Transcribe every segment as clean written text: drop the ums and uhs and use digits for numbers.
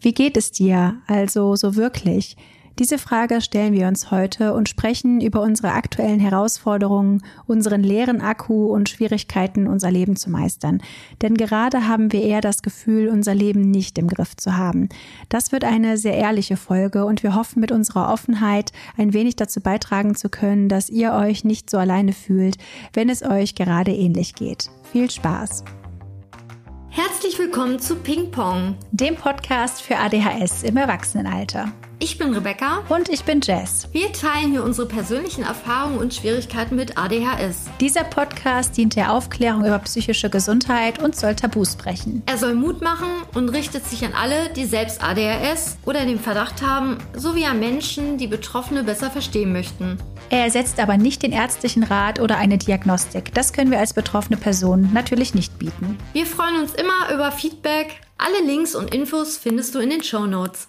Wie geht es dir also so wirklich? Diese Frage stellen wir uns heute und sprechen über unsere aktuellen Herausforderungen, unseren leeren Akku und Schwierigkeiten, unser Leben zu meistern. Denn gerade haben wir eher das Gefühl, unser Leben nicht im Griff zu haben. Das wird eine sehr ehrliche Folge und wir hoffen, mit unserer Offenheit ein wenig dazu beitragen zu können, dass ihr euch nicht so alleine fühlt, wenn es euch gerade ähnlich geht. Viel Spaß! Herzlich willkommen zu Ping Pong, dem Podcast für ADHS im Erwachsenenalter. Ich bin Rebecca und ich bin Jess. Wir teilen hier unsere persönlichen Erfahrungen und Schwierigkeiten mit ADHS. Dieser Podcast dient der Aufklärung über psychische Gesundheit und soll Tabus brechen. Er soll Mut machen und richtet sich an alle, die selbst ADHS oder den Verdacht haben, sowie an Menschen, die Betroffene besser verstehen möchten. Er ersetzt aber nicht den ärztlichen Rat oder eine Diagnostik. Das können wir als betroffene Person natürlich nicht bieten. Wir freuen uns immer über Feedback. Alle Links und Infos findest du in den Shownotes.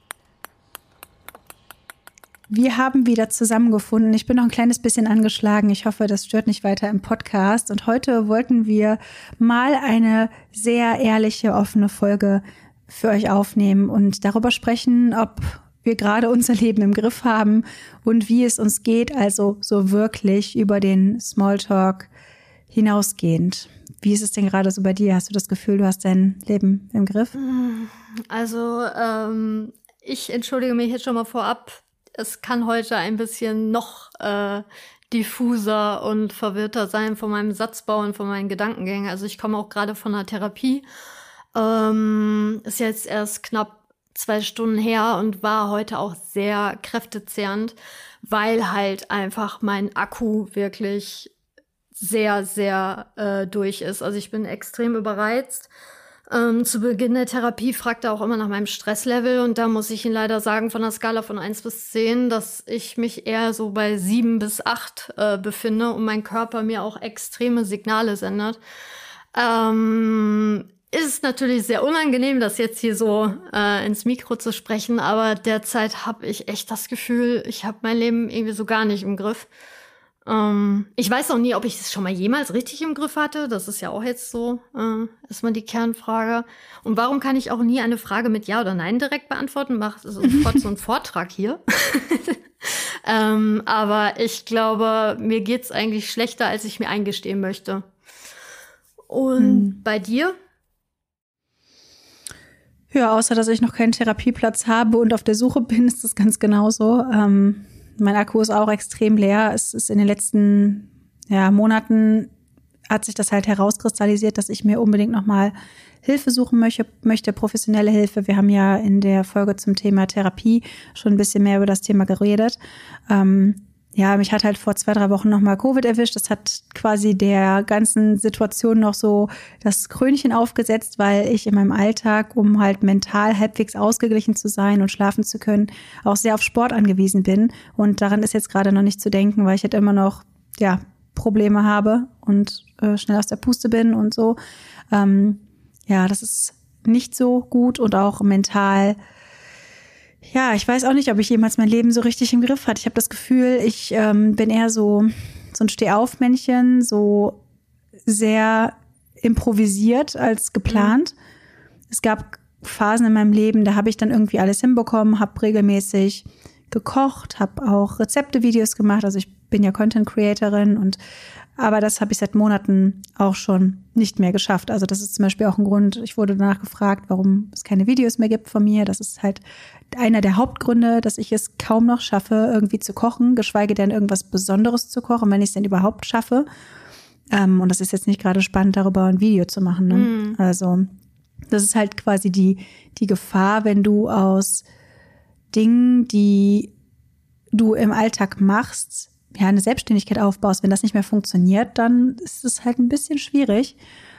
Wir haben wieder zusammengefunden. Ich bin noch ein kleines bisschen angeschlagen. Ich hoffe, das stört nicht weiter im Podcast. Und heute wollten wir mal eine sehr ehrliche, offene Folge für euch aufnehmen und darüber sprechen, ob wir gerade unser Leben im Griff haben und wie es uns geht, also so wirklich über den Smalltalk hinausgehend. Wie ist es denn gerade so bei dir? Hast du das Gefühl, du hast dein Leben im Griff? Also, ich entschuldige mich jetzt schon mal vorab. Es kann heute ein bisschen noch diffuser und verwirrter sein von meinem Satzbau und von meinen Gedankengängen. Also ich komme auch gerade von einer Therapie. Ist jetzt erst knapp 2 Stunden her und war heute auch sehr kräftezehrend, weil halt einfach mein Akku wirklich sehr, sehr durch ist. Also ich bin extrem überreizt. Zu Beginn der Therapie fragte er auch immer nach meinem Stresslevel und da muss ich Ihnen leider sagen, von der Skala von 1 bis 10, dass ich mich eher so bei 7 bis 8 befinde und mein Körper mir auch extreme Signale sendet. Ist natürlich sehr unangenehm, das jetzt hier so ins Mikro zu sprechen, aber derzeit habe ich echt das Gefühl, ich habe mein Leben irgendwie so gar nicht im Griff. Ich weiß auch nie, ob ich es schon mal jemals richtig im Griff hatte. Das ist ja auch jetzt so erstmal die Kernfrage. Und warum kann ich auch nie eine Frage mit Ja oder Nein direkt beantworten? Mach sofort so einen Vortrag hier. Aber ich glaube, mir geht's eigentlich schlechter, als ich mir eingestehen möchte. Und bei dir? Ja, außer dass ich noch keinen Therapieplatz habe und auf der Suche bin, ist das ganz genauso. Mein Akku ist auch extrem leer. Es ist in den letzten Monaten hat sich das halt herauskristallisiert, dass ich mir unbedingt nochmal Hilfe suchen möchte, professionelle Hilfe. Wir haben ja in der Folge zum Thema Therapie schon ein bisschen mehr über das Thema geredet. Mich hat halt vor 2-3 Wochen nochmal Covid erwischt. Das hat quasi der ganzen Situation noch so das Krönchen aufgesetzt, weil ich in meinem Alltag, um halt mental halbwegs ausgeglichen zu sein und schlafen zu können, auch sehr auf Sport angewiesen bin. Und daran ist jetzt gerade noch nicht zu denken, weil ich halt immer noch Probleme habe und schnell aus der Puste bin und so. Das ist nicht so gut und auch mental. Ja, ich weiß auch nicht, ob ich jemals mein Leben so richtig im Griff hatte. Ich habe das Gefühl, ich bin eher so ein Stehaufmännchen, so sehr improvisiert als geplant. Es gab Phasen in meinem Leben, da habe ich dann irgendwie alles hinbekommen, habe regelmäßig gekocht, habe auch Rezepte-Videos gemacht. Also ich bin ja Content-Creatorin aber das habe ich seit Monaten auch schon nicht mehr geschafft. Also das ist zum Beispiel auch ein Grund, ich wurde danach gefragt, warum es keine Videos mehr gibt von mir. Das ist halt einer der Hauptgründe, dass ich es kaum noch schaffe, irgendwie zu kochen, geschweige denn irgendwas Besonderes zu kochen, wenn ich es denn überhaupt schaffe. Und das ist jetzt nicht gerade spannend, darüber ein Video zu machen. Ne? Also das ist halt quasi die Gefahr, wenn du aus Dingen, die du im Alltag machst, eine Selbstständigkeit aufbaust. Wenn das nicht mehr funktioniert, dann ist es halt ein bisschen schwierig.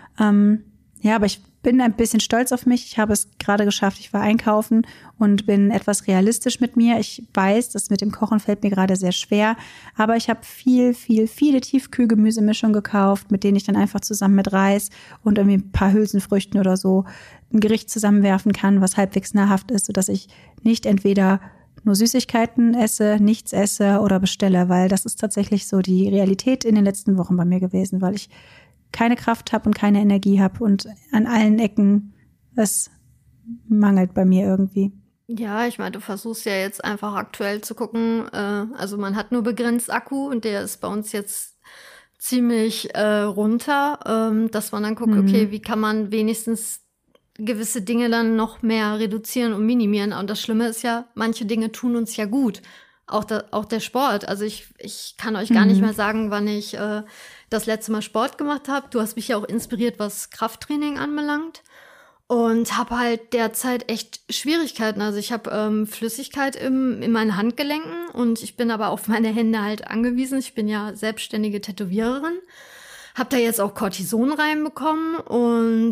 Aber ich bin ein bisschen stolz auf mich. Ich habe es gerade geschafft. Ich war einkaufen und bin etwas realistisch mit mir. Ich weiß, das mit dem Kochen fällt mir gerade sehr schwer. Aber ich habe viele Tiefkühlgemüsemischungen gekauft, mit denen ich dann einfach zusammen mit Reis und irgendwie ein paar Hülsenfrüchten oder so ein Gericht zusammenwerfen kann, was halbwegs nahrhaft ist, sodass ich nicht entweder nur Süßigkeiten esse, nichts esse oder bestelle, weil das ist tatsächlich so die Realität in den letzten Wochen bei mir gewesen, weil ich keine Kraft habe und keine Energie habe und an allen Ecken es mangelt bei mir irgendwie. Ja, ich meine, du versuchst ja jetzt einfach aktuell zu gucken, also man hat nur begrenzt Akku und der ist bei uns jetzt ziemlich runter, dass man dann guckt, okay, wie kann man wenigstens gewisse Dinge dann noch mehr reduzieren und minimieren. Und das Schlimme ist ja, manche Dinge tun uns ja gut. Auch der Sport. Also ich kann euch gar nicht mehr sagen, wann ich das letzte Mal Sport gemacht habe. Du hast mich ja auch inspiriert, was Krafttraining anbelangt. Und habe halt derzeit echt Schwierigkeiten. Also ich habe Flüssigkeit in meinen Handgelenken und ich bin aber auf meine Hände halt angewiesen. Ich bin ja selbstständige Tätowiererin. Habe da jetzt auch Cortison reinbekommen und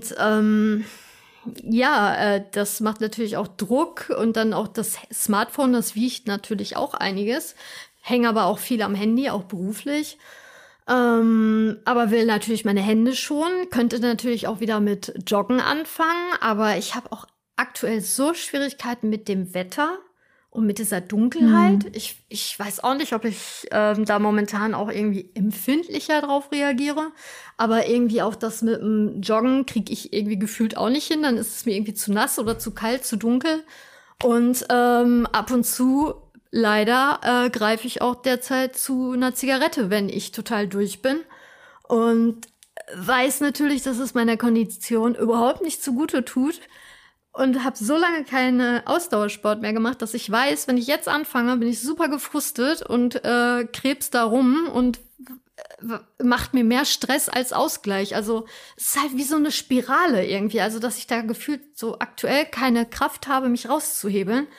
das macht natürlich auch Druck und dann auch das Smartphone, das wiegt natürlich auch einiges. Hänge aber auch viel am Handy, auch beruflich. Aber will natürlich meine Hände schonen, könnte natürlich auch wieder mit Joggen anfangen, aber ich habe auch aktuell so Schwierigkeiten mit dem Wetter und mit dieser Dunkelheit. Ich weiß auch nicht, ob ich da momentan auch irgendwie empfindlicher drauf reagiere, aber irgendwie auch das mit dem Joggen kriege ich irgendwie gefühlt auch nicht hin, dann ist es mir irgendwie zu nass oder zu kalt, zu dunkel und ab und zu leider greife ich auch derzeit zu einer Zigarette, wenn ich total durch bin. Und weiß natürlich, dass es meiner Kondition überhaupt nicht zugute tut. Und habe so lange keinen Ausdauersport mehr gemacht, dass ich weiß, wenn ich jetzt anfange, bin ich super gefrustet und krebs da rum und macht mir mehr Stress als Ausgleich. Also es ist halt wie so eine Spirale irgendwie. Also dass ich da gefühlt so aktuell keine Kraft habe, mich rauszuhebeln.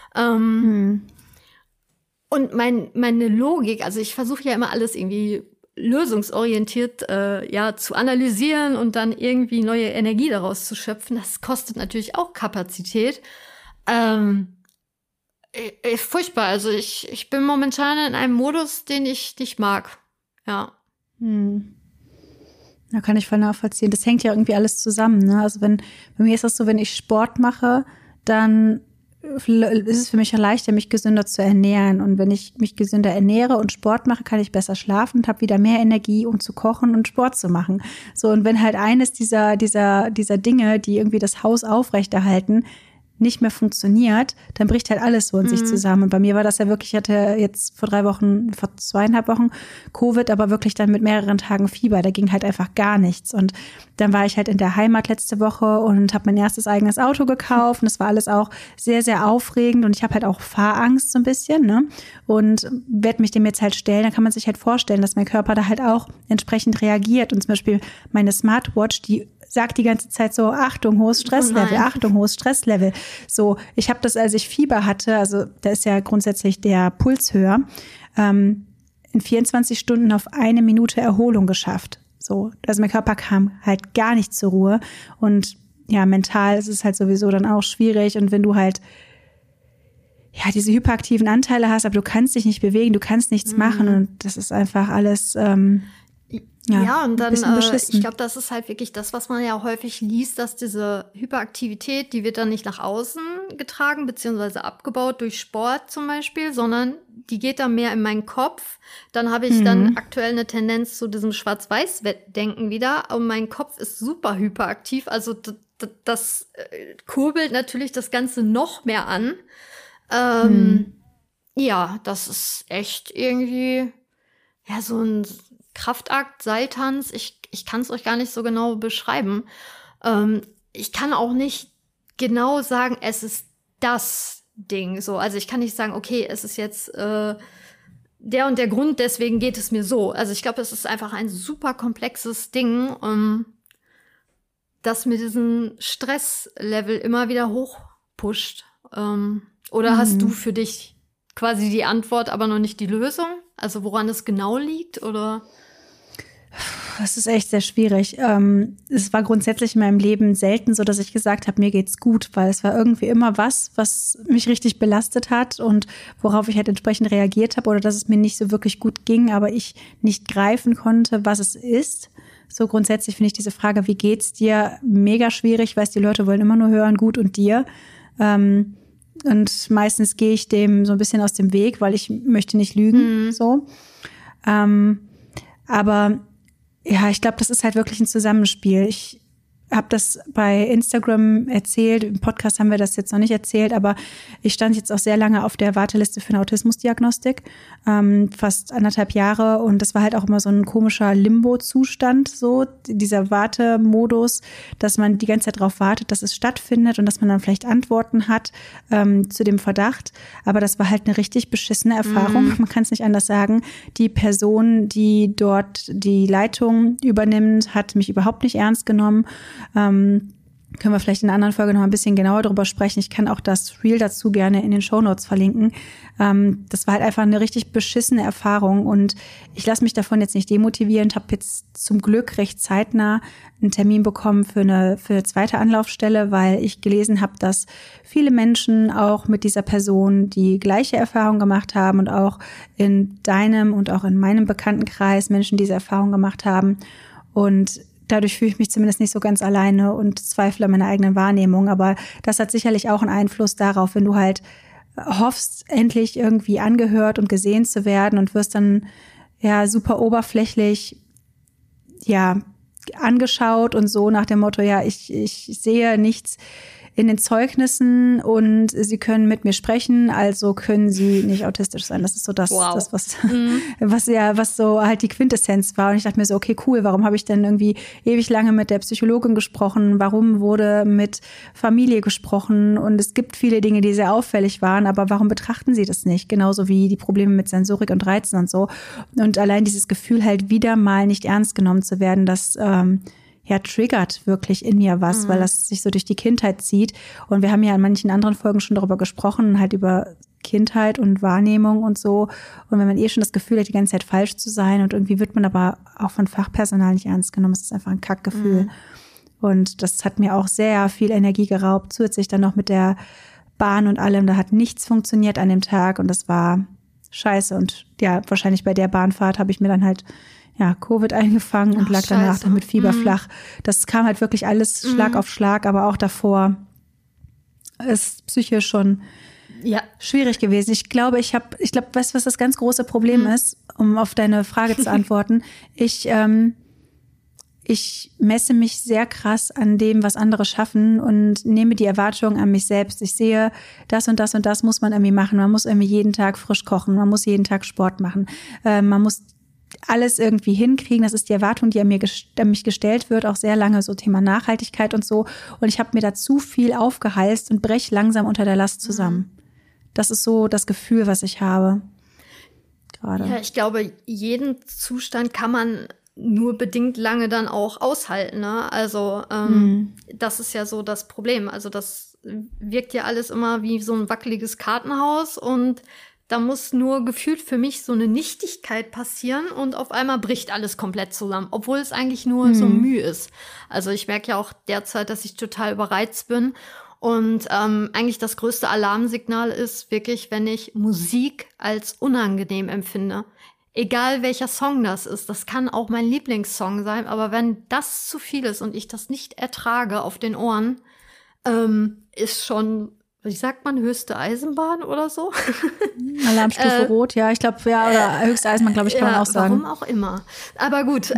Und meine Logik, also ich versuche ja immer alles irgendwie lösungsorientiert zu analysieren und dann irgendwie neue Energie daraus zu schöpfen. Das kostet natürlich auch Kapazität. Furchtbar. Also ich bin momentan in einem Modus, den ich nicht mag. Ja. Da kann ich voll nachvollziehen. Das hängt ja irgendwie alles zusammen, ne? Also bei mir ist das so, wenn ich Sport mache, dann ist es für mich leichter, mich gesünder zu ernähren. Und wenn ich mich gesünder ernähre und Sport mache, kann ich besser schlafen und habe wieder mehr Energie, um zu kochen und Sport zu machen. So, und wenn halt eines dieser Dinge, die irgendwie das Haus aufrechterhalten, nicht mehr funktioniert, dann bricht halt alles so in sich zusammen. Und bei mir war das ja wirklich, ich hatte jetzt vor 2,5 Wochen Covid, aber wirklich dann mit mehreren Tagen Fieber. Da ging halt einfach gar nichts. Und dann war ich halt in der Heimat letzte Woche und habe mein erstes eigenes Auto gekauft. Und das war alles auch sehr, sehr aufregend. Und ich habe halt auch Fahrangst so ein bisschen, ne? Und werde mich dem jetzt halt stellen. Dann kann man sich halt vorstellen, dass mein Körper da halt auch entsprechend reagiert. Und zum Beispiel meine Smartwatch, die sagt die ganze Zeit so, Achtung, hohes Stresslevel, Achtung, hohes Stresslevel. So, ich habe das, als ich Fieber hatte, also da ist ja grundsätzlich der Puls höher, in 24 Stunden auf 1 Minute Erholung geschafft. So, also mein Körper kam halt gar nicht zur Ruhe und ja, mental ist es halt sowieso dann auch schwierig und wenn du halt diese hyperaktiven Anteile hast, aber du kannst dich nicht bewegen, du kannst nichts machen und das ist einfach alles und dann, ich glaube, das ist halt wirklich das, was man ja häufig liest, dass diese Hyperaktivität, die wird dann nicht nach außen getragen, beziehungsweise abgebaut durch Sport zum Beispiel, sondern die geht dann mehr in meinen Kopf. Dann habe ich dann aktuell eine Tendenz zu diesem Schwarz-Weiß-Denken wieder und mein Kopf ist super hyperaktiv, also das kurbelt natürlich das Ganze noch mehr an. Ja, das ist echt irgendwie so ein Kraftakt, Seiltanz, ich kann es euch gar nicht so genau beschreiben. Ich kann auch nicht genau sagen, es ist das Ding. So, also ich kann nicht sagen, okay, es ist jetzt der und der Grund, deswegen geht es mir so. Also ich glaube, es ist einfach ein super komplexes Ding, das mir diesen Stresslevel immer wieder hochpusht. Oder hast du für dich quasi die Antwort, aber noch nicht die Lösung? Also woran es genau liegt, oder? Das ist echt sehr schwierig. Es war grundsätzlich in meinem Leben selten so, dass ich gesagt habe, mir geht's gut, weil es war irgendwie immer was mich richtig belastet hat und worauf ich halt entsprechend reagiert habe oder dass es mir nicht so wirklich gut ging, aber ich nicht greifen konnte, was es ist. So grundsätzlich finde ich diese Frage, wie geht's dir, mega schwierig, weil die Leute wollen immer nur hören, gut und dir. Und meistens gehe ich dem so ein bisschen aus dem Weg, weil ich möchte nicht lügen, so. Aber ja, ich glaube, das ist halt wirklich ein Zusammenspiel. habe das bei Instagram erzählt, im Podcast haben wir das jetzt noch nicht erzählt, aber ich stand jetzt auch sehr lange auf der Warteliste für eine Autismusdiagnostik, fast 1,5 Jahre, und das war halt auch immer so ein komischer Limbo-Zustand, so dieser Wartemodus, dass man die ganze Zeit darauf wartet, dass es stattfindet und dass man dann vielleicht Antworten hat zu dem Verdacht, aber das war halt eine richtig beschissene Erfahrung, man kann es nicht anders sagen. Die Person, die dort die Leitung übernimmt, hat mich überhaupt nicht ernst genommen. Können wir vielleicht in einer anderen Folge noch ein bisschen genauer darüber sprechen. Ich kann auch das Reel dazu gerne in den Shownotes verlinken. Das war halt einfach eine richtig beschissene Erfahrung und ich lasse mich davon jetzt nicht demotivieren. Ich habe jetzt zum Glück recht zeitnah einen Termin bekommen für eine zweite Anlaufstelle, weil ich gelesen habe, dass viele Menschen auch mit dieser Person die gleiche Erfahrung gemacht haben und auch in deinem und auch in meinem Bekanntenkreis Menschen diese Erfahrung gemacht haben. Und dadurch fühle ich mich zumindest nicht so ganz alleine und zweifle an meiner eigenen Wahrnehmung. Aber das hat sicherlich auch einen Einfluss darauf, wenn du halt hoffst, endlich irgendwie angehört und gesehen zu werden und wirst dann ja super oberflächlich angeschaut und so nach dem Motto, ja, ich sehe nichts in den Zeugnissen und sie können mit mir sprechen, also können sie nicht autistisch sein. Das ist so das was so halt die Quintessenz war. Und ich dachte mir so, okay, cool, warum habe ich denn irgendwie ewig lange mit der Psychologin gesprochen? Warum wurde mit Familie gesprochen? Und es gibt viele Dinge, die sehr auffällig waren, aber warum betrachten sie das nicht? Genauso wie die Probleme mit Sensorik und Reizen und so. Und allein dieses Gefühl halt wieder mal nicht ernst genommen zu werden, das triggert wirklich in mir was, weil das sich so durch die Kindheit zieht. Und wir haben ja in manchen anderen Folgen schon darüber gesprochen, halt über Kindheit und Wahrnehmung und so. Und wenn man schon das Gefühl hat, die ganze Zeit falsch zu sein und irgendwie wird man aber auch von Fachpersonal nicht ernst genommen, es ist einfach ein Kackgefühl. Und das hat mir auch sehr viel Energie geraubt, zusätzlich dann noch mit der Bahn und allem. Da hat nichts funktioniert an dem Tag und das war scheiße. Und ja, wahrscheinlich bei der Bahnfahrt habe ich mir dann halt Covid eingefangen und lag danach dann mit Fieber flach. Das kam halt wirklich alles Schlag auf Schlag, aber auch davor ist psychisch schon schwierig gewesen. Ich glaube, weißt du, was das ganz große Problem ist, um auf deine Frage zu antworten? Ich messe mich sehr krass an dem, was andere schaffen und nehme die Erwartungen an mich selbst. Ich sehe, das und das und das muss man irgendwie machen. Man muss irgendwie jeden Tag frisch kochen. Man muss jeden Tag Sport machen. Man muss alles irgendwie hinkriegen. Das ist die Erwartung, die an mich gestellt wird, auch sehr lange, so Thema Nachhaltigkeit und so. Und ich habe mir da zu viel aufgehalst und brech langsam unter der Last zusammen. Das ist so das Gefühl, was ich habe gerade. Ja, ich glaube, jeden Zustand kann man nur bedingt lange dann auch aushalten, ne? Also das ist ja so das Problem. Also das wirkt ja alles immer wie so ein wackeliges Kartenhaus und da muss nur gefühlt für mich so eine Nichtigkeit passieren und auf einmal bricht alles komplett zusammen, obwohl es eigentlich nur so Mühe ist. Also ich merke ja auch derzeit, dass ich total überreizt bin und eigentlich das größte Alarmsignal ist wirklich, wenn ich Musik als unangenehm empfinde. Egal welcher Song das ist, das kann auch mein Lieblingssong sein, aber wenn das zu viel ist und ich das nicht ertrage auf den Ohren, ist schon, wie sagt man, höchste Eisenbahn oder so? Alarmstufe Rot, ja, ich glaube, oder höchste Eisenbahn, glaube ich, kann man auch sagen. Warum auch immer. Aber gut,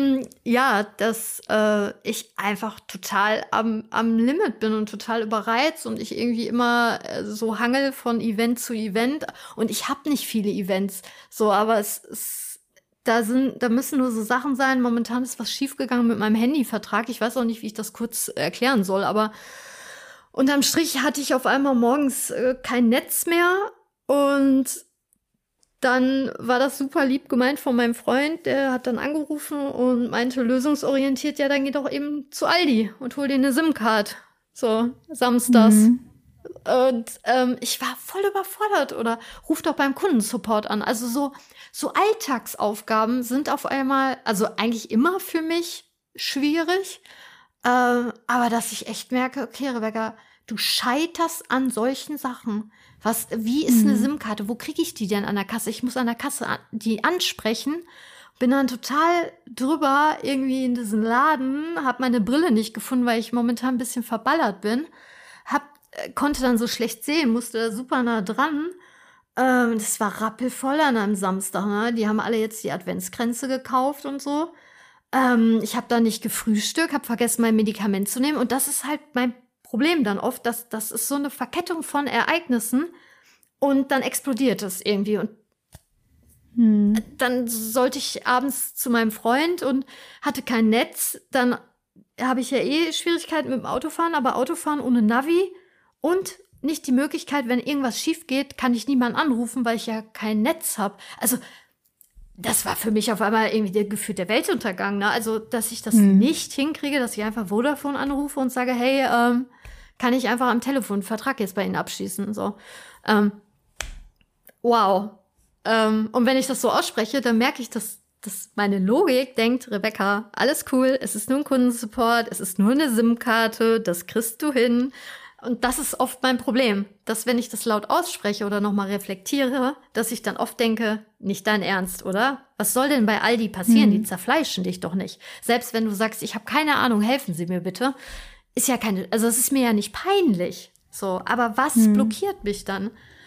dass ich einfach total am Limit bin und total überreizt und ich irgendwie immer so hangel von Event zu Event und ich habe nicht viele Events, so, aber da müssen nur so Sachen sein. Momentan ist was schiefgegangen mit meinem Handyvertrag. Ich weiß auch nicht, wie ich das kurz erklären soll, aber unterm Strich hatte ich auf einmal morgens kein Netz mehr und dann war das super lieb gemeint von meinem Freund, der hat dann angerufen und meinte lösungsorientiert, ja, dann geh doch eben zu Aldi und hol dir eine SIM-Card, so samstags. Und ich war voll überfordert oder ruf doch beim Kundensupport an. Also so Alltagsaufgaben sind auf einmal, also eigentlich immer für mich schwierig. Aber dass ich echt merke, okay, Rebecca, du scheiterst an solchen Sachen. Wie ist eine SIM-Karte? Wo kriege ich die denn an der Kasse? Ich muss an der Kasse die ansprechen. Bin dann total drüber irgendwie in diesen Laden, habe meine Brille nicht gefunden, weil ich momentan ein bisschen verballert bin. Konnte dann so schlecht sehen, musste da super nah dran. Das war rappelvoll an einem Samstag, ne? Die haben alle jetzt die Adventskränze gekauft und so. Ich habe da nicht gefrühstückt, habe vergessen, mein Medikament zu nehmen. Und das ist halt mein Problem dann oft, dass das ist so eine Verkettung von Ereignissen und dann explodiert es irgendwie. Und dann sollte ich abends zu meinem Freund und hatte kein Netz. Dann habe ich ja Schwierigkeiten mit dem Autofahren, aber Autofahren ohne Navi und nicht die Möglichkeit, wenn irgendwas schief geht, kann ich niemanden anrufen, weil ich ja kein Netz habe. Also das war für mich auf einmal irgendwie der Gefühl der Weltuntergang. Ne? Also, dass ich das nicht hinkriege, dass ich einfach Vodafone anrufe und sage, hey, kann ich einfach am Telefon einen Vertrag jetzt bei Ihnen abschließen? So, wow. Und wenn ich das so ausspreche, dann merke ich, dass meine Logik denkt, Rebecca, alles cool, es ist nur ein Kundensupport, es ist nur eine SIM-Karte, das kriegst du hin. Und das ist oft mein Problem, dass wenn ich das laut ausspreche oder nochmal reflektiere, dass ich dann oft denke, nicht dein Ernst, oder? Was soll denn bei Aldi passieren? Die zerfleischen dich doch nicht. Selbst wenn du sagst, ich habe keine Ahnung, helfen Sie mir bitte, ist ja also es ist mir ja nicht peinlich. So, aber was blockiert mich dann?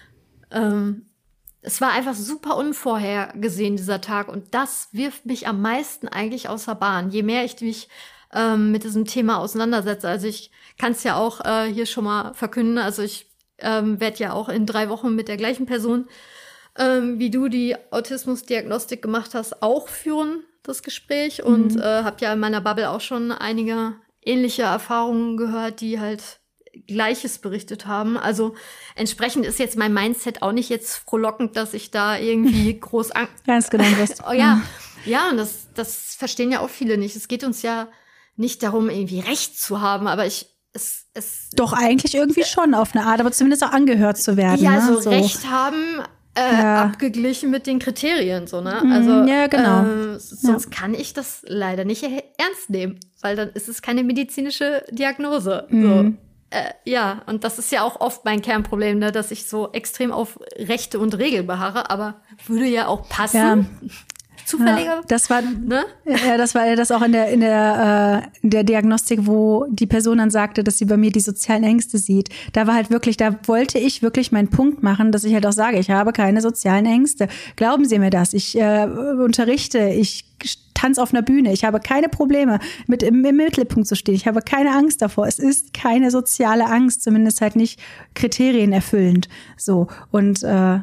Es war einfach super unvorhergesehen, dieser Tag. Und das wirft mich am meisten eigentlich außer Bahn. Je mehr ich mich mit diesem Thema auseinandersetze. Also ich kann es ja auch hier schon mal verkünden. Also ich werde ja auch in 3 Wochen mit der gleichen Person, wie du die Autismusdiagnostik gemacht hast, auch führen, das Gespräch. Und habe ja in meiner Bubble auch schon einige ähnliche Erfahrungen gehört, die halt Gleiches berichtet haben. Also entsprechend ist jetzt mein Mindset auch nicht jetzt frohlockend, dass ich da irgendwie groß ganz genau wirst. Oh ja, ja, und das verstehen ja auch viele nicht. Es geht uns ja nicht darum, irgendwie Recht zu haben, aber es doch eigentlich irgendwie schon auf eine Art, aber zumindest auch angehört zu werden. Ja, ne? so Recht haben, abgeglichen mit den Kriterien, so, ne? Also, ja, genau. Sonst kann ich das leider nicht ernst nehmen, weil dann ist es keine medizinische Diagnose. So. Ja, und das ist ja auch oft mein Kernproblem, ne, dass ich so extrem auf Rechte und Regeln beharre, aber würde ja auch passen. Ja. Zufälliger. Ja, das war, ne? Ja, das war das auch in der Diagnostik, wo die Person dann sagte, dass sie bei mir die sozialen Ängste sieht. Da war halt wirklich, da wollte ich wirklich meinen Punkt machen, dass ich halt auch sage, ich habe keine sozialen Ängste. Glauben Sie mir das? Ich unterrichte, ich tanze auf einer Bühne, ich habe keine Probleme im Mittelpunkt zu stehen. Ich habe keine Angst davor. Es ist keine soziale Angst, zumindest halt nicht kriterienerfüllend. So und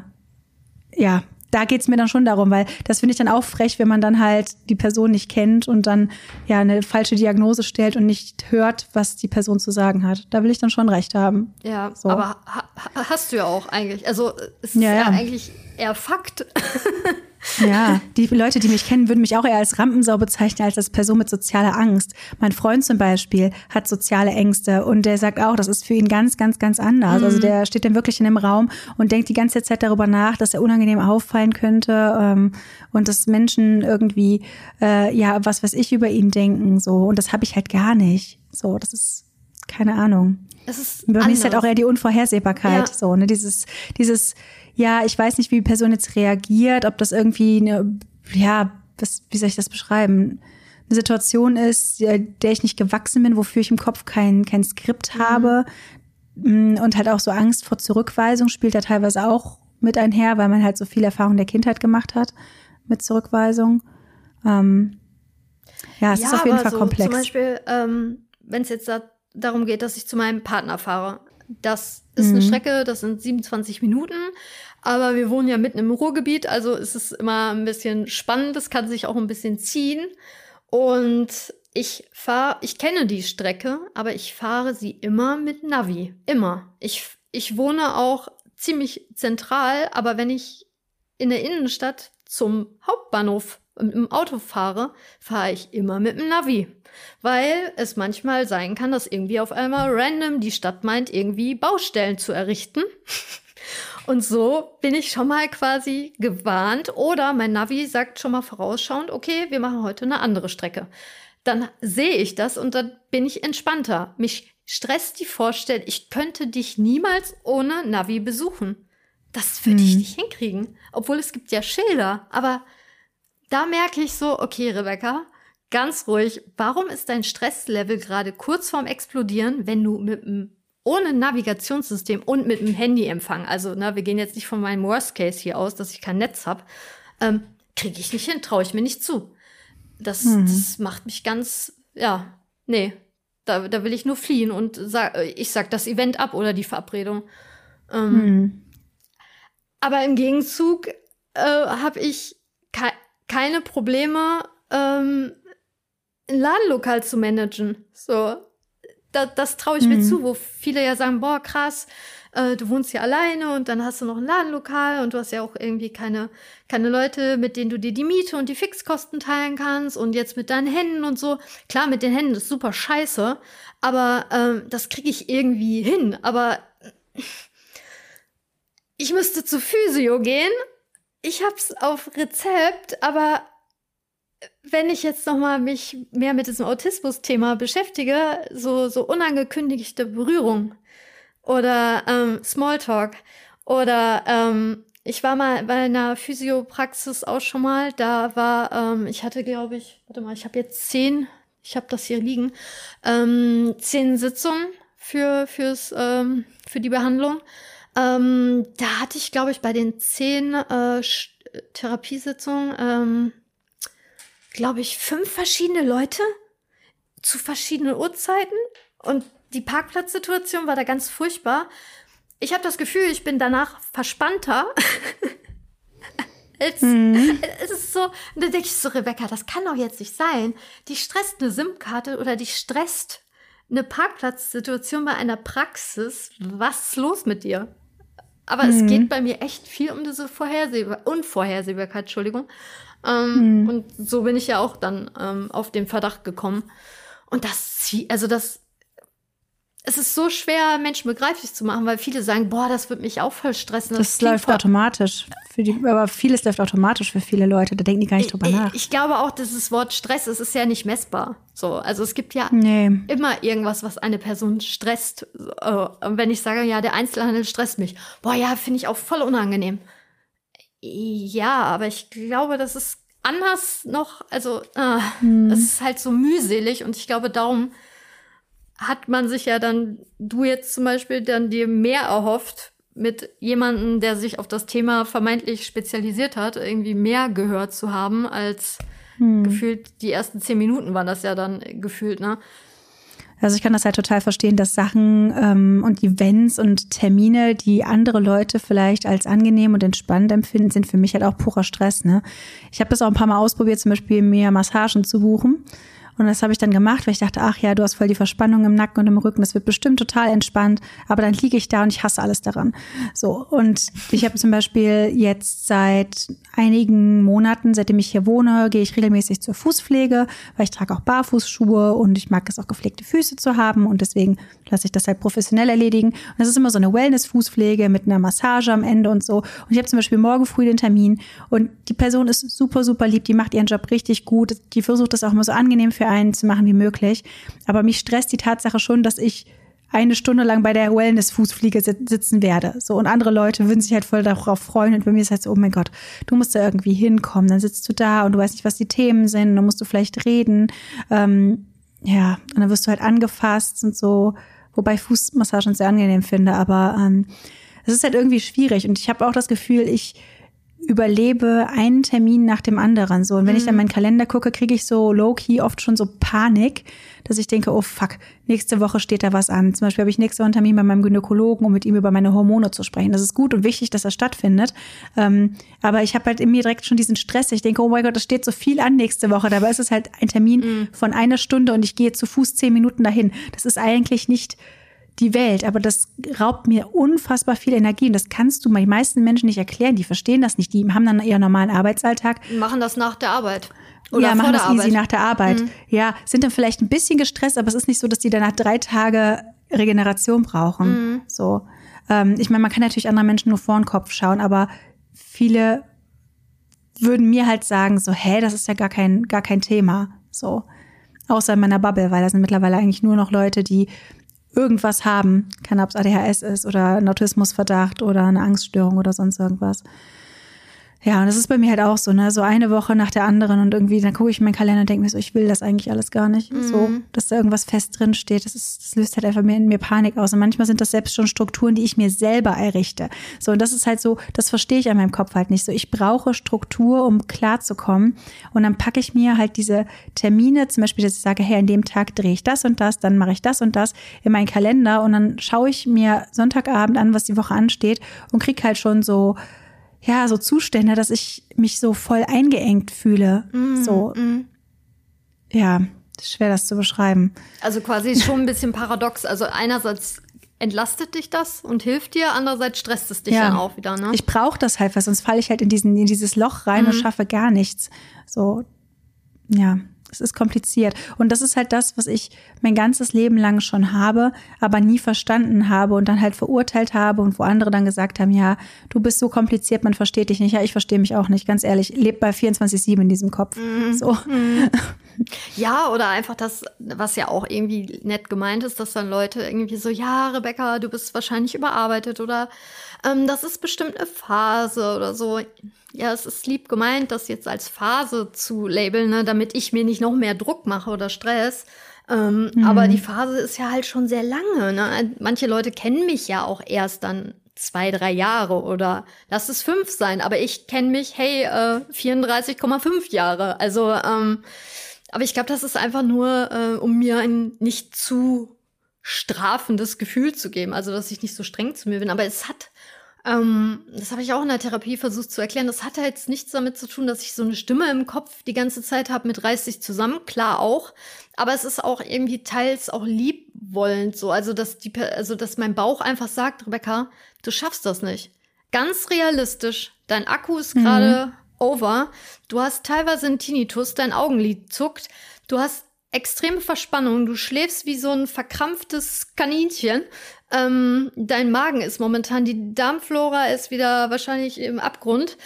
ja. Da geht's mir dann schon darum, weil das finde ich dann auch frech, wenn man dann halt die Person nicht kennt und dann ja eine falsche Diagnose stellt und nicht hört, was die Person zu sagen hat. Da will ich dann schon recht haben. Ja, so. Aber hast du ja auch eigentlich. Also es ist ja eigentlich eher Fakt. Ja, die Leute, die mich kennen, würden mich auch eher als Rampensau bezeichnen, als Person mit sozialer Angst. Mein Freund zum Beispiel hat soziale Ängste und der sagt auch, das ist für ihn ganz, ganz, ganz anders. Also der steht dann wirklich in einem Raum und denkt die ganze Zeit darüber nach, dass er unangenehm auffallen könnte und dass Menschen irgendwie, was weiß ich, über ihn denken. So. Und das habe ich halt gar nicht. So, das ist keine Ahnung. Es ist bei mir ist halt auch eher die Unvorhersehbarkeit. Ja. So, ne, dieses ja, ich weiß nicht, wie die Person jetzt reagiert, ob das irgendwie wie soll ich das beschreiben? Eine Situation ist, der ich nicht gewachsen bin, wofür ich im Kopf kein Skript habe. Und halt auch so Angst vor Zurückweisung spielt da teilweise auch mit einher, weil man halt so viel Erfahrung der Kindheit gemacht hat mit Zurückweisung. Es ist auf jeden Fall komplex. Zum Beispiel, wenn es jetzt darum geht, dass ich zu meinem Partner fahre. Das ist eine Strecke, das sind 27 Minuten, aber wir wohnen ja mitten im Ruhrgebiet, also ist es immer ein bisschen spannend, es kann sich auch ein bisschen ziehen und ich kenne die Strecke, aber ich fahre sie immer mit Navi, immer. Ich wohne auch ziemlich zentral, aber wenn ich in der Innenstadt zum Hauptbahnhof im Auto fahre ich immer mit dem Navi. Weil es manchmal sein kann, dass irgendwie auf einmal random die Stadt meint, irgendwie Baustellen zu errichten. Und so bin ich schon mal quasi gewarnt. Oder mein Navi sagt schon mal vorausschauend, okay, wir machen heute eine andere Strecke. Dann sehe ich das und dann bin ich entspannter. Mich stresst die Vorstellung, ich könnte dich niemals ohne Navi besuchen. Das würde ich nicht hinkriegen. Obwohl es gibt ja Schilder. Aber da merke ich so, okay, Rebecca, ganz ruhig, warum ist dein Stresslevel gerade kurz vorm Explodieren, wenn du ohne Navigationssystem und mit dem Handyempfang, also wir gehen jetzt nicht von meinem Worst Case hier aus, dass ich kein Netz habe, kriege ich nicht hin, traue ich mir nicht zu. Das macht mich ganz, nee, da will ich nur fliehen und ich sag das Event ab oder die Verabredung. Aber im Gegenzug habe ich keine Probleme, ein Ladenlokal zu managen. So, das traue ich mir zu, wo viele ja sagen, boah, krass, du wohnst hier alleine und dann hast du noch ein Ladenlokal und du hast ja auch irgendwie keine Leute, mit denen du dir die Miete und die Fixkosten teilen kannst und jetzt mit deinen Händen und so. Klar, mit den Händen ist super scheiße, aber das kriege ich irgendwie hin. Aber ich müsste zu Physio gehen. Ich hab's auf Rezept, aber wenn ich jetzt noch mal mich mehr mit diesem Autismus-Thema beschäftige, so unangekündigte Berührung oder Smalltalk oder ich war mal bei einer Physiopraxis auch schon mal, da war, ich hatte, glaube ich, warte mal, ich habe jetzt 10, ich habe das hier liegen, 10 Sitzungen für die Behandlung. Da hatte ich, glaube ich, bei den 10 Therapiesitzungen, glaube ich, 5 verschiedene Leute zu verschiedenen Uhrzeiten und die Parkplatzsituation war da ganz furchtbar. Ich habe das Gefühl, ich bin danach verspannter. Es ist so, und dann denke ich so, Rebecca, das kann doch jetzt nicht sein. Die stresst eine SIM-Karte oder die stresst eine Parkplatzsituation bei einer Praxis. Was ist los mit dir? Aber es geht bei mir echt viel um diese Unvorhersehbarkeit, Entschuldigung. Und so bin ich ja auch dann auf den Verdacht gekommen. Und es ist so schwer, Menschen begreiflich zu machen, weil viele sagen, boah, das wird mich auch voll stressen. Das läuft automatisch. Aber vieles läuft automatisch für viele Leute. Da denken die gar nicht drüber nach. Ich glaube auch, dass das Wort Stress, es ist ja nicht messbar. So, also es gibt ja immer irgendwas, was eine Person stresst. Und wenn ich sage, ja, der Einzelhandel stresst mich, boah, ja, finde ich auch voll unangenehm. Ja, aber ich glaube, das ist anders noch, also es ist halt so mühselig und ich glaube, darum hat man sich ja dann, du jetzt zum Beispiel, dann dir mehr erhofft, mit jemandem, der sich auf das Thema vermeintlich spezialisiert hat, irgendwie mehr gehört zu haben, als gefühlt die ersten 10 Minuten waren das ja dann gefühlt, ne? Also ich kann das halt total verstehen, dass Sachen und Events und Termine, die andere Leute vielleicht als angenehm und entspannt empfinden, sind für mich halt auch purer Stress, ne? Ich habe das auch ein paar Mal ausprobiert, zum Beispiel mir Massagen zu buchen. Und das habe ich dann gemacht, weil ich dachte, ach ja, du hast voll die Verspannung im Nacken und im Rücken, das wird bestimmt total entspannt. Aber dann liege ich da und ich hasse alles daran. So, und ich habe zum Beispiel jetzt seit einigen Monaten, seitdem ich hier wohne, gehe ich regelmäßig zur Fußpflege, weil ich trage auch Barfußschuhe und ich mag es auch, gepflegte Füße zu haben. Und deswegen lasse ich das halt professionell erledigen. Und das ist immer so eine Wellness-Fußpflege mit einer Massage am Ende und so. Und ich habe zum Beispiel morgen früh den Termin und die Person ist super, super lieb, die macht ihren Job richtig gut. Die versucht das auch immer so angenehm für einen zu machen wie möglich. Aber mich stresst die Tatsache schon, dass ich 1 Stunde lang bei der Wellness-Fußpflege sitzen werde. So, und andere Leute würden sich halt voll darauf freuen. Und bei mir ist halt so, oh mein Gott, du musst da irgendwie hinkommen. Dann sitzt du da und du weißt nicht, was die Themen sind. Dann musst du vielleicht reden. Und dann wirst du halt angefasst und so. Wobei ich Fußmassagen sehr angenehm finde. Aber es ist halt irgendwie schwierig. Und ich habe auch das Gefühl, ich überlebe einen Termin nach dem anderen. So. Und wenn ich dann meinen Kalender gucke, kriege ich so low-key oft schon so Panik, dass ich denke, oh fuck, nächste Woche steht da was an. Zum Beispiel habe ich nächste Woche einen Termin bei meinem Gynäkologen, um mit ihm über meine Hormone zu sprechen. Das ist gut und wichtig, dass das stattfindet. Aber ich habe halt in mir direkt schon diesen Stress. Ich denke, oh mein Gott, das steht so viel an nächste Woche. Dabei ist es halt ein Termin von 1 Stunde und ich gehe zu Fuß 10 Minuten dahin. Das ist eigentlich nicht die Welt, aber das raubt mir unfassbar viel Energie und das kannst du die meisten Menschen nicht erklären, die verstehen das nicht, die haben dann ihren normalen Arbeitsalltag. Machen das nach der Arbeit. Oder ja, machen das Arbeit. Easy nach der Arbeit. Ja, sind dann vielleicht ein bisschen gestresst, aber es ist nicht so, dass die danach 3 Tage Regeneration brauchen. So, ich meine, man kann natürlich anderen Menschen nur vor den Kopf schauen, aber viele würden mir halt sagen so, das ist ja gar kein Thema. So, außer in meiner Bubble, weil da sind mittlerweile eigentlich nur noch Leute, die irgendwas haben, keine Ahnung, ob es ADHS ist oder ein Autismusverdacht oder eine Angststörung oder sonst irgendwas. Ja, und das ist bei mir halt auch so, ne? So eine Woche nach der anderen und irgendwie, dann gucke ich in meinen Kalender und denke mir so, ich will das eigentlich alles gar nicht. So, dass da irgendwas fest drin steht, das löst halt einfach mehr in mir Panik aus. Und manchmal sind das selbst schon Strukturen, die ich mir selber errichte. So, und das ist halt so, das verstehe ich an meinem Kopf halt nicht so. Ich brauche Struktur, um klarzukommen. Und dann packe ich mir halt diese Termine, zum Beispiel, dass ich sage, hey, an dem Tag drehe ich das und das, dann mache ich das und das in meinen Kalender und dann schaue ich mir Sonntagabend an, was die Woche ansteht und kriege halt schon so Zustände, dass ich mich so voll eingeengt fühle. Ja, schwer das zu beschreiben. Also quasi schon ein bisschen paradox. Also einerseits entlastet dich das und hilft dir, andererseits stresst es dich dann auch wieder, ne? Ich brauche das halt, weil sonst falle ich halt in dieses Loch rein und schaffe gar nichts. So, ja. Es ist kompliziert. Und das ist halt das, was ich mein ganzes Leben lang schon habe, aber nie verstanden habe und dann halt verurteilt habe und wo andere dann gesagt haben, ja, du bist so kompliziert, man versteht dich nicht. Ja, ich verstehe mich auch nicht, ganz ehrlich. Ich lebe bei 24/7 in diesem Kopf. So. Ja, oder einfach das, was ja auch irgendwie nett gemeint ist, dass dann Leute irgendwie so, ja, Rebecca, du bist wahrscheinlich überarbeitet oder das ist bestimmt eine Phase oder so. Ja, es ist lieb gemeint, das jetzt als Phase zu labeln, ne, damit ich mir nicht noch mehr Druck mache oder Stress. Aber die Phase ist ja halt schon sehr lange. Ne? Manche Leute kennen mich ja auch erst dann 2, 3 Jahre oder lass es 5 sein. Aber ich kenne mich, 34,5 Jahre. Also, aber ich glaube, das ist einfach nur, um mir ein nicht zu strafendes Gefühl zu geben. Also, dass ich nicht so streng zu mir bin. Aber es hat das habe ich auch in der Therapie versucht zu erklären. Das hat jetzt nichts damit zu tun, dass ich so eine Stimme im Kopf die ganze Zeit habe mit reiß dich zusammen. Klar auch. Aber es ist auch irgendwie teils auch liebwollend so. Also, dass mein Bauch einfach sagt, Rebecca, du schaffst das nicht. Ganz realistisch. Dein Akku ist gerade over. Du hast teilweise einen Tinnitus, dein Augenlid zuckt. Du hast extreme Verspannung. Du schläfst wie so ein verkrampftes Kaninchen. Dein Magen ist momentan, die Darmflora ist wieder wahrscheinlich im Abgrund.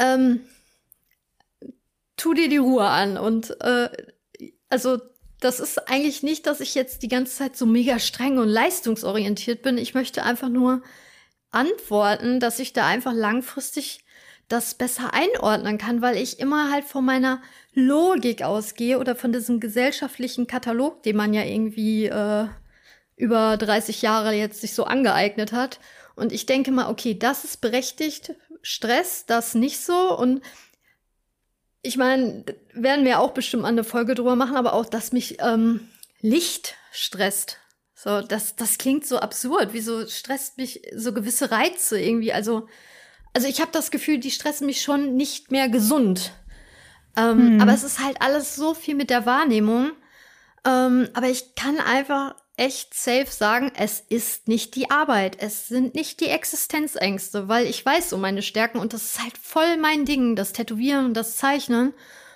Tu dir die Ruhe an. Und also das ist eigentlich nicht, dass ich jetzt die ganze Zeit so mega streng und leistungsorientiert bin. Ich möchte einfach nur antworten, dass ich da einfach langfristig das besser einordnen kann, weil ich immer halt von meiner Logik ausgehe oder von diesem gesellschaftlichen Katalog, den man ja irgendwie über 30 Jahre jetzt sich so angeeignet hat. Und ich denke mal, okay, das ist berechtigt, Stress, das nicht so. Und ich meine, werden wir auch bestimmt mal eine Folge drüber machen, aber auch, dass mich Licht stresst. So, das klingt so absurd. Wieso stresst mich so gewisse Reize irgendwie? Also ich habe das Gefühl, die stressen mich schon nicht mehr gesund. Aber es ist halt alles so viel mit der Wahrnehmung. Aber ich kann einfach echt safe sagen, es ist nicht die Arbeit, es sind nicht die Existenzängste, weil ich weiß um meine Stärken und das ist halt voll mein Ding, das Tätowieren und das Zeichnen.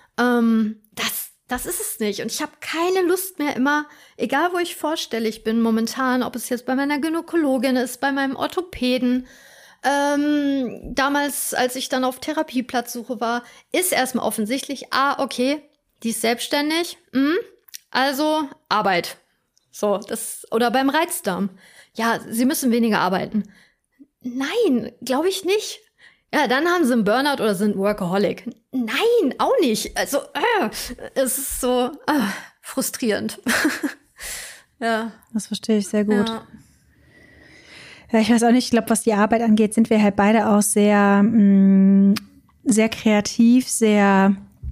Das ist es nicht und ich habe keine Lust mehr immer, egal wo ich vorstellig bin momentan, ob es jetzt bei meiner Gynäkologin ist, bei meinem Orthopäden, damals, als ich dann auf Therapieplatzsuche war, ist erstmal offensichtlich, okay, die ist selbstständig, also Arbeit. So, oder beim Reizdarm. Ja, sie müssen weniger arbeiten. Nein, glaube ich nicht. Ja, dann haben sie einen Burnout oder sind Workaholic. Nein, auch nicht. Also, es ist so frustrierend. Ja. Das verstehe ich sehr gut. Ja, ich weiß auch nicht, ich glaube, was die Arbeit angeht, sind wir halt beide auch sehr, sehr kreativ, sehr,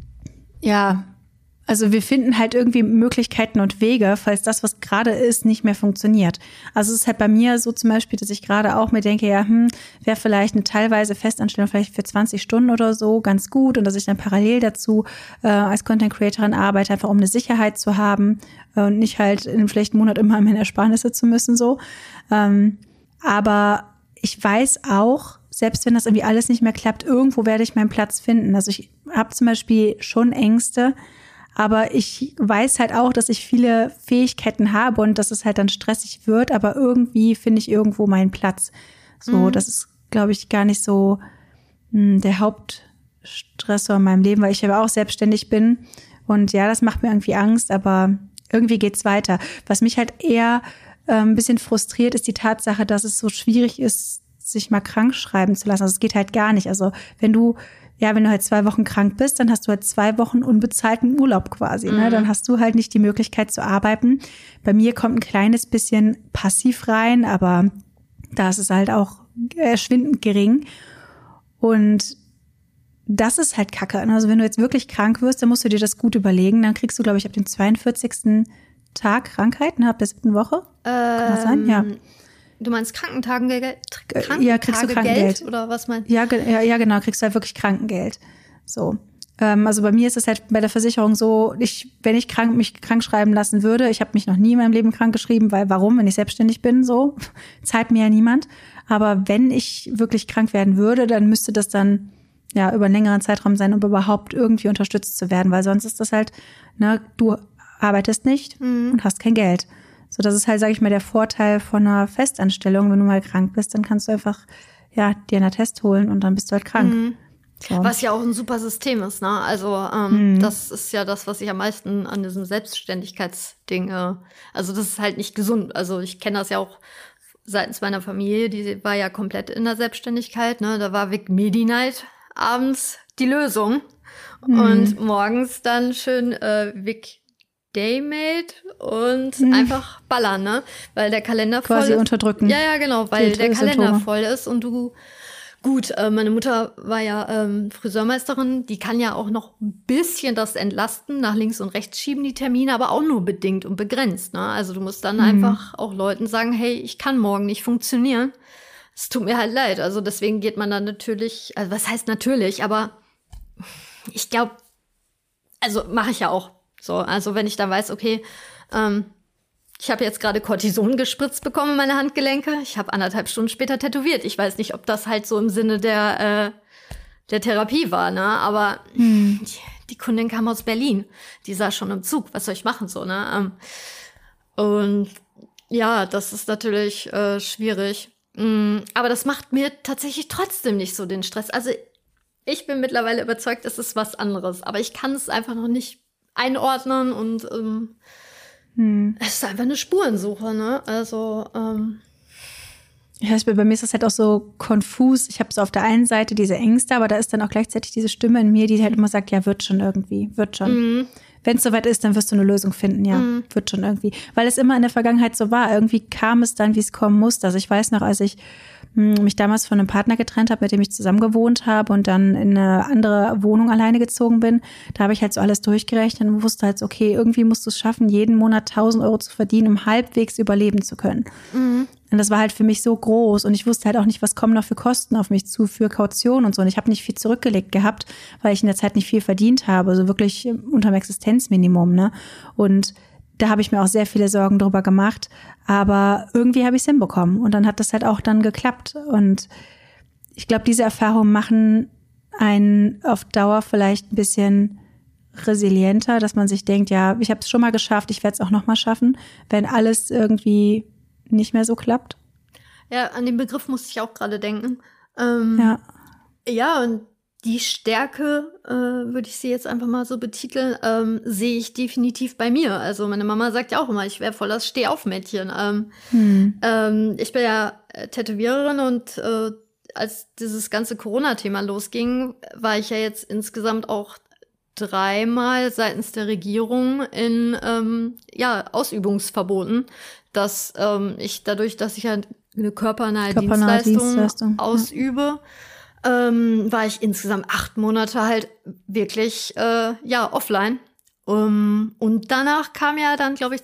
also wir finden halt irgendwie Möglichkeiten und Wege, falls das, was gerade ist, nicht mehr funktioniert. Also es ist halt bei mir so zum Beispiel, dass ich gerade auch mir denke, wäre vielleicht eine teilweise Festanstellung vielleicht für 20 Stunden oder so ganz gut und dass ich dann parallel dazu als Content Creatorin arbeite, einfach um eine Sicherheit zu haben und nicht halt in einem schlechten Monat immer meine Ersparnisse zu müssen, so. Aber ich weiß auch, selbst wenn das irgendwie alles nicht mehr klappt, irgendwo werde ich meinen Platz finden. Also ich habe zum Beispiel schon Ängste, aber ich weiß halt auch, dass ich viele Fähigkeiten habe und dass es halt dann stressig wird, aber irgendwie finde ich irgendwo meinen Platz. So, das ist, glaube ich, gar nicht so der Hauptstressor in meinem Leben, weil ich aber auch selbstständig bin. Und ja, das macht mir irgendwie Angst, aber irgendwie geht's weiter. Was mich halt eher ein bisschen frustriert, ist die Tatsache, dass es so schwierig ist, sich mal krank schreiben zu lassen. Also es geht halt gar nicht. Also wenn du ja, wenn du halt 2 Wochen krank bist, dann hast du halt 2 Wochen unbezahlten Urlaub quasi. Ne? Dann hast du halt nicht die Möglichkeit zu arbeiten. Bei mir kommt ein kleines bisschen passiv rein, aber da ist es halt auch erschwindend gering. Und das ist halt Kacke. Also wenn du jetzt wirklich krank wirst, dann musst du dir das gut überlegen. Dann kriegst du, glaube ich, ab dem 42. Tag Krankheit, ne, ab der 7. Woche. Kann das sein? Ja. Du meinst Krankentagegeld? Ja, kriegst du Krankengeld. Oder was meinst du? Ja, genau, kriegst du halt wirklich Krankengeld. So. Also bei mir ist es halt bei der Versicherung so, wenn ich mich krank schreiben lassen würde, ich habe mich noch nie in meinem Leben krank geschrieben, weil warum, wenn ich selbstständig bin, so, zahlt mir ja niemand. Aber wenn ich wirklich krank werden würde, dann müsste das dann ja über einen längeren Zeitraum sein, um überhaupt irgendwie unterstützt zu werden, weil sonst ist das halt, ne, du arbeitest nicht und hast kein Geld. So, das ist halt, sage ich mal, der Vorteil von einer Festanstellung. Wenn du mal krank bist, dann kannst du einfach ja dir einen Attest holen und dann bist du halt krank. So. Was ja auch ein super System ist, ne? Also das ist ja das, was ich am meisten an diesem Selbstständigkeitsding, also das ist halt nicht gesund. Also ich kenne das ja auch seitens meiner Familie, die war ja komplett in der Selbstständigkeit, ne? Da war Vic Medi-Night abends die Lösung und morgens dann schön Vic Daymate und einfach ballern, ne? Weil der Kalender voll quasi ist. Unterdrücken. Ja, genau, weil der Kalender Symptome voll ist und du gut, meine Mutter war ja Friseurmeisterin, die kann ja auch noch ein bisschen das entlasten, nach links und rechts schieben die Termine, aber auch nur bedingt und begrenzt, ne? Also du musst dann einfach auch Leuten sagen, hey, ich kann morgen nicht funktionieren. Es tut mir halt leid. Also deswegen geht man dann natürlich, also was heißt natürlich, aber ich glaube, also mache ich ja auch. So, also wenn ich dann weiß, okay, ich habe jetzt gerade Cortison gespritzt bekommen in meine Handgelenke, ich habe 1,5 Stunden später tätowiert. Ich weiß nicht, ob das halt so im Sinne der Therapie war, ne? Aber die Kundin kam aus Berlin, die saß schon im Zug. Was soll ich machen so, ne? Und ja, das ist natürlich schwierig. Aber das macht mir tatsächlich trotzdem nicht so den Stress. Also ich bin mittlerweile überzeugt, es ist was anderes, aber ich kann es einfach noch nicht einordnen und es ist einfach eine Spurensuche, ne? Also ja, bei mir ist das halt auch so konfus. Ich habe so auf der einen Seite diese Ängste, aber da ist dann auch gleichzeitig diese Stimme in mir, die halt immer sagt, ja, wird schon irgendwie, wird schon. Wenn es soweit ist, dann wirst du eine Lösung finden, ja, wird schon irgendwie. Weil es immer in der Vergangenheit so war. Irgendwie kam es dann, wie es kommen musste. Also ich weiß noch, als ich mich damals von einem Partner getrennt habe, mit dem ich zusammen gewohnt habe und dann in eine andere Wohnung alleine gezogen bin, da habe ich halt so alles durchgerechnet und wusste halt, okay, irgendwie musst du es schaffen, jeden Monat 1.000 Euro zu verdienen, um halbwegs überleben zu können. Und das war halt für mich so groß und ich wusste halt auch nicht, was kommen noch für Kosten auf mich zu, für Kaution und so. Und ich habe nicht viel zurückgelegt gehabt, weil ich in der Zeit nicht viel verdient habe, also wirklich unterm Existenzminimum, ne? Und da habe ich mir auch sehr viele Sorgen drüber gemacht, aber irgendwie habe ich es hinbekommen und dann hat das halt auch dann geklappt und ich glaube, diese Erfahrungen machen einen auf Dauer vielleicht ein bisschen resilienter, dass man sich denkt, ja, ich habe es schon mal geschafft, ich werde es auch noch mal schaffen, wenn alles irgendwie nicht mehr so klappt. Ja, an den Begriff musste ich auch gerade denken. Ja, und die Stärke, würde ich sie jetzt einfach mal so betiteln, sehe ich definitiv bei mir. Also meine Mama sagt ja auch immer, ich wäre voll das Steh-auf-Mädchen. Ich bin ja Tätowiererin und als dieses ganze Corona-Thema losging, war ich ja jetzt insgesamt auch 3-mal seitens der Regierung in Ausübungsverboten, dass ich dadurch, dass ich halt eine körpernahe Dienstleistung ausübe, war ich insgesamt 8 Monate halt wirklich offline. Und danach kam ja dann, glaube ich,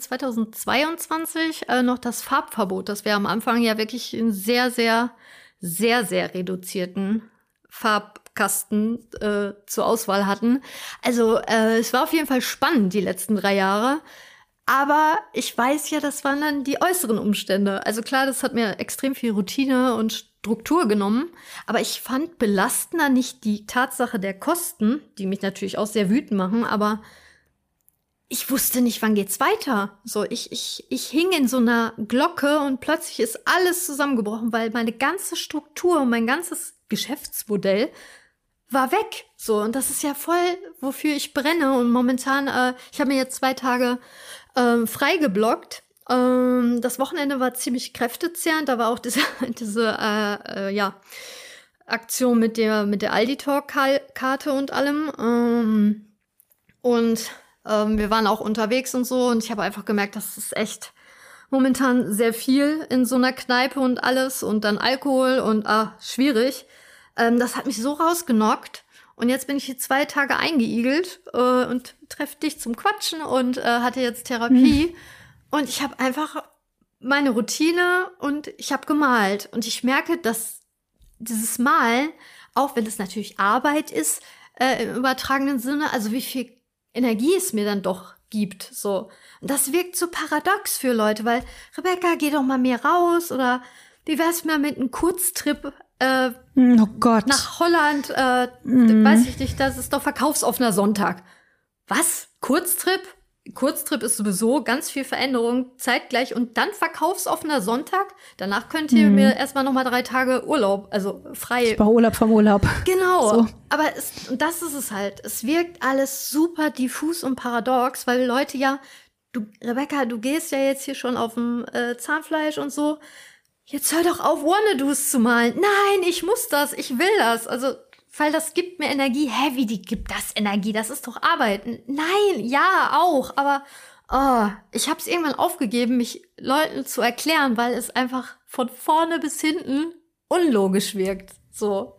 2022 noch das Farbverbot, dass wir am Anfang ja wirklich einen sehr, sehr, sehr, sehr reduzierten Farbkasten zur Auswahl hatten. Also es war auf jeden Fall spannend, die letzten 3 Jahre. Aber ich weiß ja, das waren dann die äußeren Umstände. Also klar, das hat mir extrem viel Routine und Struktur genommen. Aber ich fand belastender nicht die Tatsache der Kosten, die mich natürlich auch sehr wütend machen, aber ich wusste nicht, wann geht's weiter. So, ich hing in so einer Glocke und plötzlich ist alles zusammengebrochen, weil meine ganze Struktur und mein ganzes Geschäftsmodell war weg. So, und das ist ja voll, wofür ich brenne. Und momentan, ich habe mir jetzt 2 Tage frei geblockt. Das Wochenende war ziemlich kräftezehrend. Da war auch diese Aktion mit der Aldi-Talk-Karte und allem. Wir waren auch unterwegs und so und ich habe einfach gemerkt, das ist echt momentan sehr viel in so einer Kneipe und alles und dann Alkohol und schwierig. Das hat mich so rausgenockt und jetzt bin ich hier 2 Tage eingeigelt und treffe dich zum Quatschen und hatte jetzt Therapie und ich habe einfach meine Routine und ich habe gemalt und ich merke, dass dieses Malen, auch wenn es natürlich Arbeit ist, im übertragenen Sinne, also wie viel Energie es mir dann doch gibt, so. Und das wirkt so paradox für Leute, weil, Rebecca, geh doch mal mehr raus oder wie wär's mal mit einem Kurztrip oh Gott. nach Holland, weiß ich nicht, das ist doch verkaufsoffener Sonntag. Was? Kurztrip? Kurztrip ist sowieso ganz viel Veränderung zeitgleich und dann verkaufsoffener Sonntag. Danach könnt ihr mir erstmal noch mal 3 Tage Urlaub, also frei. Ich brauche Urlaub vom Urlaub. Genau. So. Aber das ist es halt. Es wirkt alles super diffus und paradox, weil Leute Rebecca, du gehst ja jetzt hier schon auf dem Zahnfleisch und so. Jetzt hör doch auf, Wannadoos zu malen. Nein, ich muss das, ich will das. Also, weil das gibt mir Energie. Hä, wie gibt das Energie? Das ist doch Arbeit. Nein, ja, auch. Aber ich habe es irgendwann aufgegeben, mich Leuten zu erklären, weil es einfach von vorne bis hinten unlogisch wirkt. So.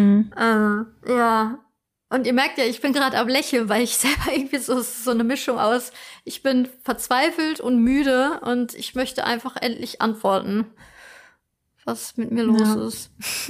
Ja. Und ihr merkt ja, ich bin gerade am Lächeln, weil ich selber irgendwie so eine Mischung aus, ich bin verzweifelt und müde und ich möchte einfach endlich antworten, was mit mir los ist.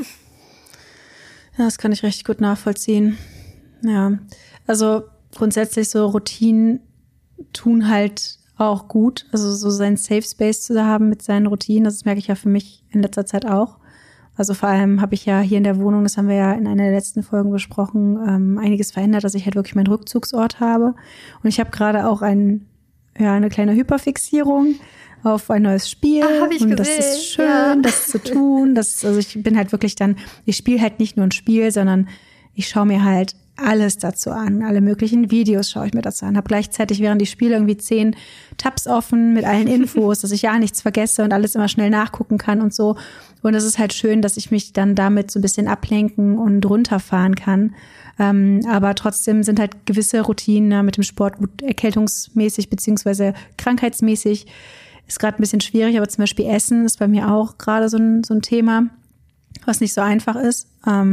Ja, das kann ich richtig gut nachvollziehen. Ja, also grundsätzlich so Routinen tun halt auch gut. Also so seinen Safe Space zu haben mit seinen Routinen, das merke ich ja für mich in letzter Zeit auch. Also vor allem habe ich ja hier in der Wohnung, das haben wir ja in einer der letzten Folgen besprochen, einiges verändert, dass ich halt wirklich meinen Rückzugsort habe. Und ich habe gerade auch eine kleine Hyperfixierung auf ein neues Spiel. Hab ich und gesehen. Das ist schön, das zu tun. Also ich bin halt wirklich ich spiele halt nicht nur ein Spiel, sondern ich schaue mir halt alles dazu an. Alle möglichen Videos schaue ich mir dazu an. Habe gleichzeitig, während ich spiele, irgendwie 10 Tabs offen mit allen Infos, dass ich ja nichts vergesse und alles immer schnell nachgucken kann und so. Und es ist halt schön, dass ich mich dann damit so ein bisschen ablenken und runterfahren kann. Aber trotzdem sind halt gewisse Routinen mit dem Sport gut erkältungsmäßig beziehungsweise krankheitsmäßig. Ist gerade ein bisschen schwierig, aber zum Beispiel Essen ist bei mir auch gerade so ein Thema, was nicht so einfach ist.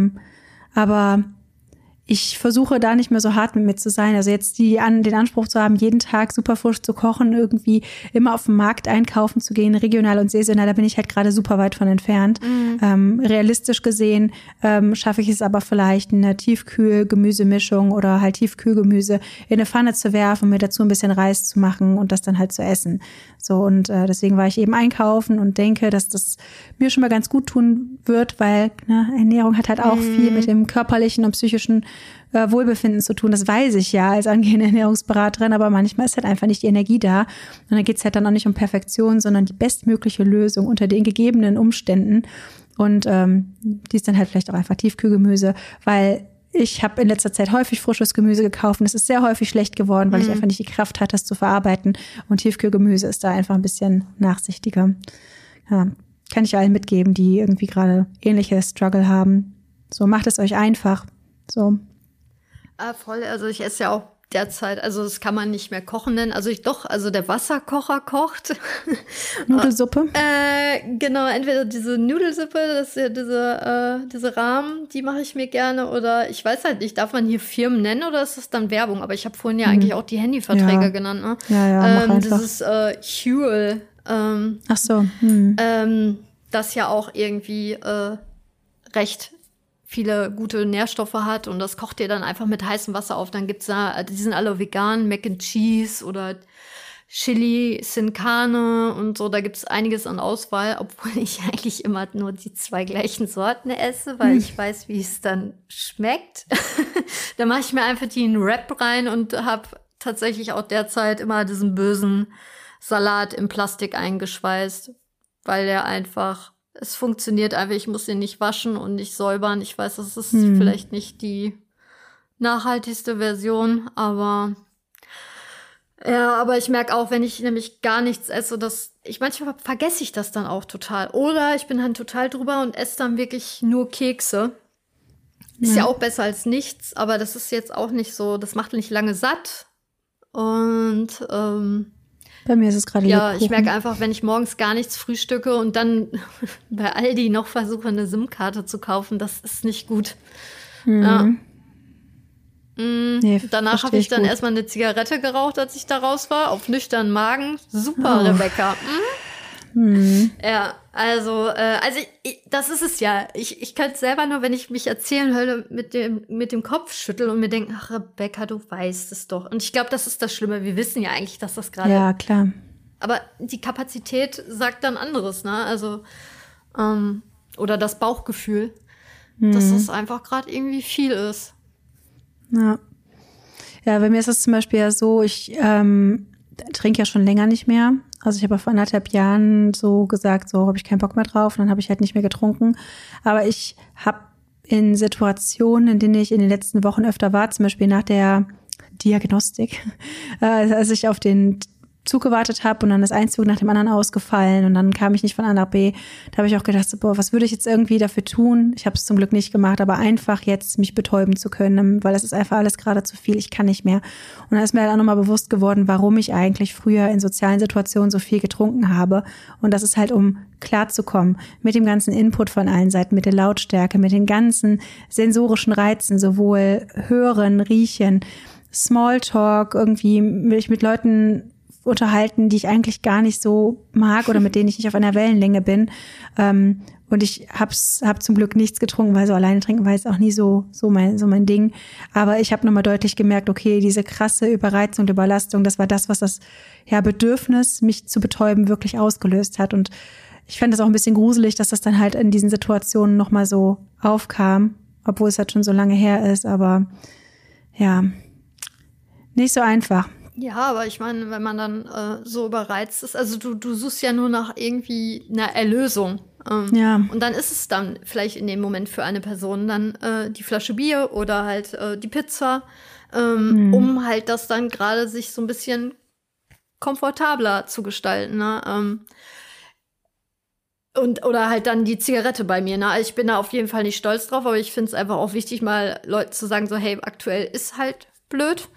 Aber ich versuche da nicht mehr so hart mit mir zu sein. Also jetzt den Anspruch zu haben, jeden Tag super frisch zu kochen, irgendwie immer auf den Markt einkaufen zu gehen, regional und saisonal, da bin ich halt gerade super weit von entfernt. Realistisch gesehen schaffe ich es aber vielleicht, eine Tiefkühl-Gemüsemischung oder halt Tiefkühlgemüse in eine Pfanne zu werfen und mir dazu ein bisschen Reis zu machen und das dann halt zu essen. So, und deswegen war ich eben einkaufen und denke, dass das mir schon mal ganz gut tun wird, weil Ernährung hat halt auch viel mit dem körperlichen und psychischen Wohlbefinden zu tun. Das weiß ich ja als angehende Ernährungsberaterin, aber manchmal ist halt einfach nicht die Energie da. Und dann geht's halt dann auch nicht um Perfektion, sondern die bestmögliche Lösung unter den gegebenen Umständen. Und die ist dann halt vielleicht auch einfach Tiefkühlgemüse, weil ich habe in letzter Zeit häufig frisches Gemüse gekauft und es ist sehr häufig schlecht geworden, weil ich einfach nicht die Kraft hatte, das zu verarbeiten. Und Tiefkühlgemüse ist da einfach ein bisschen nachsichtiger. Ja, kann ich allen mitgeben, die irgendwie gerade ähnliche Struggle haben. So, macht es euch einfach. So. Voll. Also ich esse ja auch derzeit, also das kann man nicht mehr kochen nennen. Also der Wasserkocher kocht. Nudelsuppe? Genau, entweder diese Nudelsuppe, das ist ja diese Rahmen, die mache ich mir gerne. Oder ich weiß halt nicht, darf man hier Firmen nennen oder ist das dann Werbung? Aber ich habe vorhin ja eigentlich auch die Handyverträge genannt. Ne? Ja, mach einfach. Dieses Huel. Ach so. Das ja auch irgendwie recht viele gute Nährstoffe hat und das kocht ihr dann einfach mit heißem Wasser auf. Dann gibt's da, die sind alle vegan, Mac and Cheese oder Chili Sin Carne und so. Da gibt's einiges an Auswahl, obwohl ich eigentlich immer nur die 2 gleichen Sorten esse, weil ich weiß, wie es dann schmeckt. Da mache ich mir einfach die in Wrap rein und habe tatsächlich auch derzeit immer diesen bösen Salat in Plastik eingeschweißt, weil der einfach es funktioniert einfach, ich muss ihn nicht waschen und nicht säubern. Ich weiß, das ist vielleicht nicht die nachhaltigste Version, aber ich merke auch, wenn ich nämlich gar nichts esse, manchmal vergesse ich das dann auch total. Oder ich bin dann total drüber und esse dann wirklich nur Kekse. Ist ja auch besser als nichts, aber das ist jetzt auch nicht so, das macht nicht lange satt. Und bei mir ist es gerade ja, Lebkuchen. ich merke einfach, wenn ich morgens gar nichts frühstücke und dann bei Aldi noch versuche, eine SIM-Karte zu kaufen, das ist nicht gut. Ja. Nee, Danach habe ich dann erstmal eine Zigarette geraucht, als ich da raus war, auf nüchternen Magen. Super, Rebecca. Ja, also das ist es ja. Ich kann es selber nur, wenn ich mich erzählen höre, mit dem Kopf schütteln und mir denken, ach Rebecca, du weißt es doch. Und ich glaube, das ist das Schlimme. Wir wissen ja eigentlich, dass das gerade... Ja, klar. Aber die Kapazität sagt dann anderes, ne? Also, oder das Bauchgefühl, dass es einfach gerade irgendwie viel ist. Ja. Ja, bei mir ist es zum Beispiel ja so, ich trinke ja schon länger nicht mehr. Also ich habe vor 1,5 Jahren so gesagt, so habe ich keinen Bock mehr drauf. Und dann habe ich halt nicht mehr getrunken. Aber ich habe in Situationen, in denen ich in den letzten Wochen öfter war, zum Beispiel nach der Diagnostik, als ich auf den Zug gewartet habe und dann ist ein Zug nach dem anderen ausgefallen und dann kam ich nicht von A nach B. Da habe ich auch gedacht, so, boah, was würde ich jetzt irgendwie dafür tun? Ich habe es zum Glück nicht gemacht, aber einfach jetzt mich betäuben zu können, weil es ist einfach alles gerade zu viel, ich kann nicht mehr. Und dann ist mir halt auch nochmal bewusst geworden, warum ich eigentlich früher in sozialen Situationen so viel getrunken habe. Und das ist halt, um klarzukommen mit dem ganzen Input von allen Seiten, mit der Lautstärke, mit den ganzen sensorischen Reizen, sowohl Hören, Riechen, Smalltalk, irgendwie mich mit Leuten unterhalten, die ich eigentlich gar nicht so mag oder mit denen ich nicht auf einer Wellenlänge bin. Und ich hab zum Glück nichts getrunken, weil so alleine trinken war jetzt auch nie so mein Ding. Aber ich habe nochmal deutlich gemerkt, okay, diese krasse Überreizung und Überlastung, das war das, was das Bedürfnis, mich zu betäuben, wirklich ausgelöst hat. Und ich fand das auch ein bisschen gruselig, dass das dann halt in diesen Situationen nochmal so aufkam, obwohl es halt schon so lange her ist. Aber ja, nicht so einfach. Ja, aber ich meine, wenn man dann so überreizt ist, also du suchst ja nur nach irgendwie einer Erlösung. Ja. Und dann ist es dann vielleicht in dem Moment für eine Person dann die Flasche Bier oder halt die Pizza, um halt das dann gerade sich so ein bisschen komfortabler zu gestalten, ne? Oder halt dann die Zigarette bei mir, ne? Also ich bin da auf jeden Fall nicht stolz drauf, aber ich finde es einfach auch wichtig, mal Leuten zu sagen, so, hey, aktuell ist halt blöd.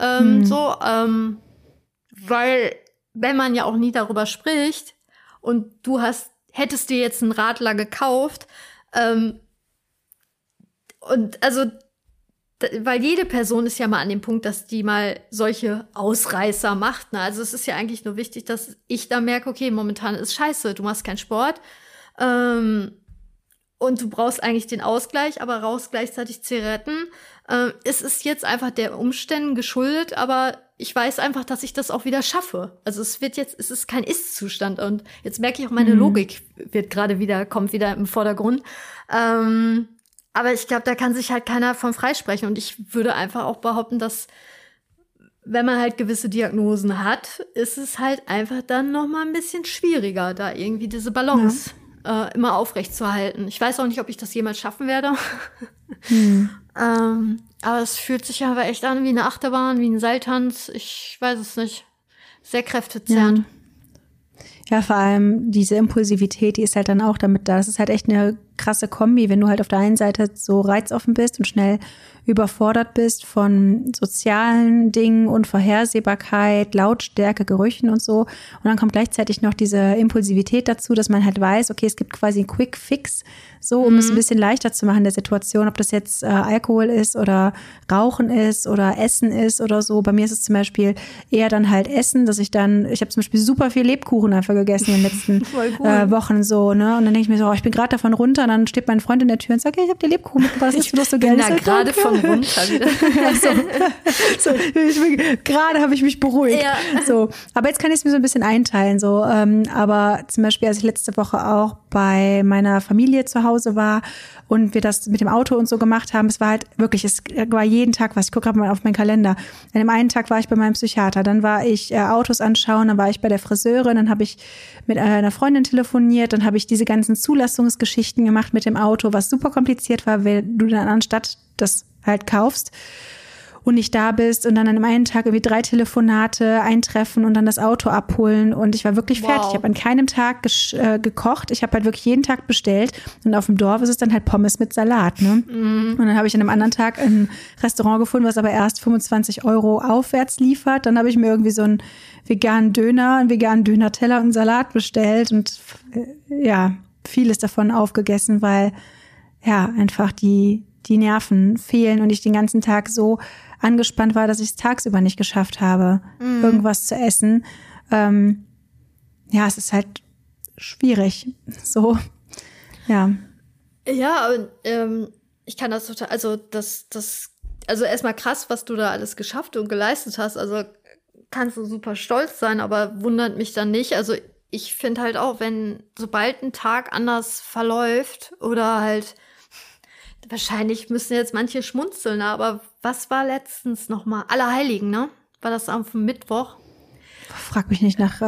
Weil wenn man ja auch nie darüber spricht und du hättest dir jetzt einen Radler gekauft, und also, weil jede Person ist ja mal an dem Punkt, dass die mal solche Ausreißer macht, ne? Also es ist ja eigentlich nur wichtig, dass ich da merke, okay, momentan ist scheiße, du machst keinen Sport, und du brauchst eigentlich den Ausgleich, aber rauchst gleichzeitig Zigaretten. Es ist jetzt einfach der Umständen geschuldet, aber ich weiß einfach, dass ich das auch wieder schaffe. Also es ist kein Ist-Zustand. Und jetzt merke ich auch, meine Logik kommt wieder im Vordergrund. Aber ich glaube, da kann sich halt keiner von freisprechen. Und ich würde einfach auch behaupten, dass wenn man halt gewisse Diagnosen hat, ist es halt einfach dann noch mal ein bisschen schwieriger, da irgendwie diese Balance immer aufrecht zu halten. Ich weiß auch nicht, ob ich das jemals schaffen werde. Aber es fühlt sich aber echt an wie eine Achterbahn, wie ein Seiltanz. Ich weiß es nicht. Sehr kräftezehrend. Ja, vor allem diese Impulsivität, die ist halt dann auch damit da. Das ist halt echt eine krasse Kombi, wenn du halt auf der einen Seite so reizoffen bist und schnell überfordert bist von sozialen Dingen, Unvorhersehbarkeit, Lautstärke, Gerüchen und so. Und dann kommt gleichzeitig noch diese Impulsivität dazu, dass man halt weiß, okay, es gibt quasi einen Quick Fix, so um es ein bisschen leichter zu machen, der Situation, ob das jetzt Alkohol ist oder Rauchen ist oder Essen ist oder so. Bei mir ist es zum Beispiel eher dann halt Essen, dass ich habe zum Beispiel super viel Lebkuchen einfach gegessen in den letzten Wochen so, ne? Und dann denke ich mir so, ich bin gerade davon runter, und dann steht mein Freund in der Tür und sagt, hey, ich habe dir Lebkuchen mitgebracht, das ist doch so geil. Ich bin da gerade von runter wieder. Gerade habe ich mich beruhigt. Ja. So, aber jetzt kann ich es mir so ein bisschen einteilen. So, aber zum Beispiel, als ich letzte Woche auch bei meiner Familie zu Hause war und wir das mit dem Auto und so gemacht haben, es war halt wirklich, es war jeden Tag was. Ich gucke gerade mal auf meinen Kalender. An dem einen Tag war ich bei meinem Psychiater, dann war ich Autos anschauen, dann war ich bei der Friseurin, dann habe ich mit einer Freundin telefoniert, dann habe ich diese ganzen Zulassungsgeschichten gemacht mit dem Auto, was super kompliziert war, weil du dann anstatt das halt kaufst. und nicht da bist und dann an einem einen Tag irgendwie 3 Telefonate, eintreffen und dann das Auto abholen und ich war wirklich fertig. Ich habe an keinem Tag gekocht. Ich habe halt wirklich jeden Tag bestellt und auf dem Dorf ist es dann halt Pommes mit Salat, ne? Und dann habe ich an einem anderen Tag ein Restaurant gefunden, was aber erst 25 € aufwärts liefert. Dann habe ich mir irgendwie so einen veganen Döner-Teller und einen Salat bestellt und ja, vieles davon aufgegessen, weil ja einfach die Nerven fehlen und ich den ganzen Tag so angespannt war, dass ich es tagsüber nicht geschafft habe, irgendwas zu essen. Ja, es ist halt schwierig. So, ja. Ja, ich kann das total, also erstmal krass, was du da alles geschafft und geleistet hast. Also kannst du super stolz sein, aber wundert mich dann nicht. Also ich finde halt auch, sobald ein Tag anders verläuft oder halt, wahrscheinlich müssen jetzt manche schmunzeln, aber was war letztens nochmal? Allerheiligen, ne? War das am Mittwoch? Frag mich nicht nach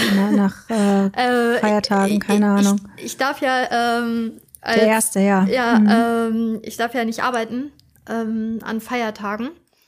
Feiertagen, keine Ahnung. Ich darf ja der erste, ja. Ja, ich darf ja nicht arbeiten an Feiertagen.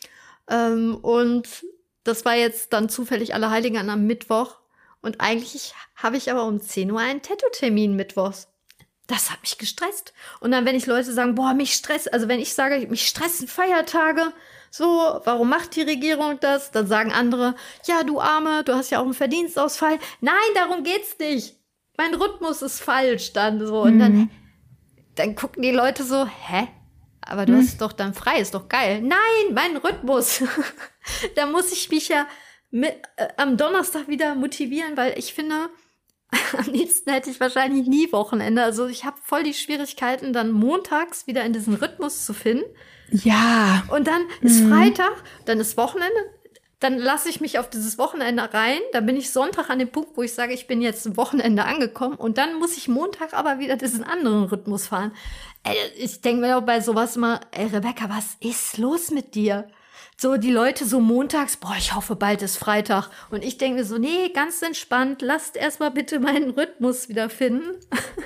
Und das war jetzt dann zufällig Allerheiligen am Mittwoch. Und eigentlich habe ich aber um 10 Uhr einen Tattoo-Termin mittwochs. Das hat mich gestresst. Und dann, wenn ich Leute sagen, boah, mich stresst, also wenn ich sage, mich stressen Feiertage, so, warum macht die Regierung das? Dann sagen andere, ja, du Arme, du hast ja auch einen Verdienstausfall. Nein, darum geht's nicht. Mein Rhythmus ist falsch dann so. Und dann gucken die Leute so, hä? Aber du hast doch dann frei, ist doch geil. Nein, mein Rhythmus. Da muss ich mich ja am Donnerstag wieder motivieren, weil ich finde, am liebsten hätte ich wahrscheinlich nie Wochenende. Also ich habe voll die Schwierigkeiten, dann montags wieder in diesen Rhythmus zu finden. Ja. Und dann ist Freitag, dann ist Wochenende. Dann lasse ich mich auf dieses Wochenende rein. Dann bin ich Sonntag an dem Punkt, wo ich sage, ich bin jetzt am Wochenende angekommen. Und dann muss ich Montag aber wieder diesen anderen Rhythmus fahren. Ich denke mir auch bei sowas immer, Rebecca, was ist los mit dir? So die Leute so montags, boah, ich hoffe, bald ist Freitag. Und ich denke mir so, nee, ganz entspannt, lasst erstmal bitte meinen Rhythmus wiederfinden.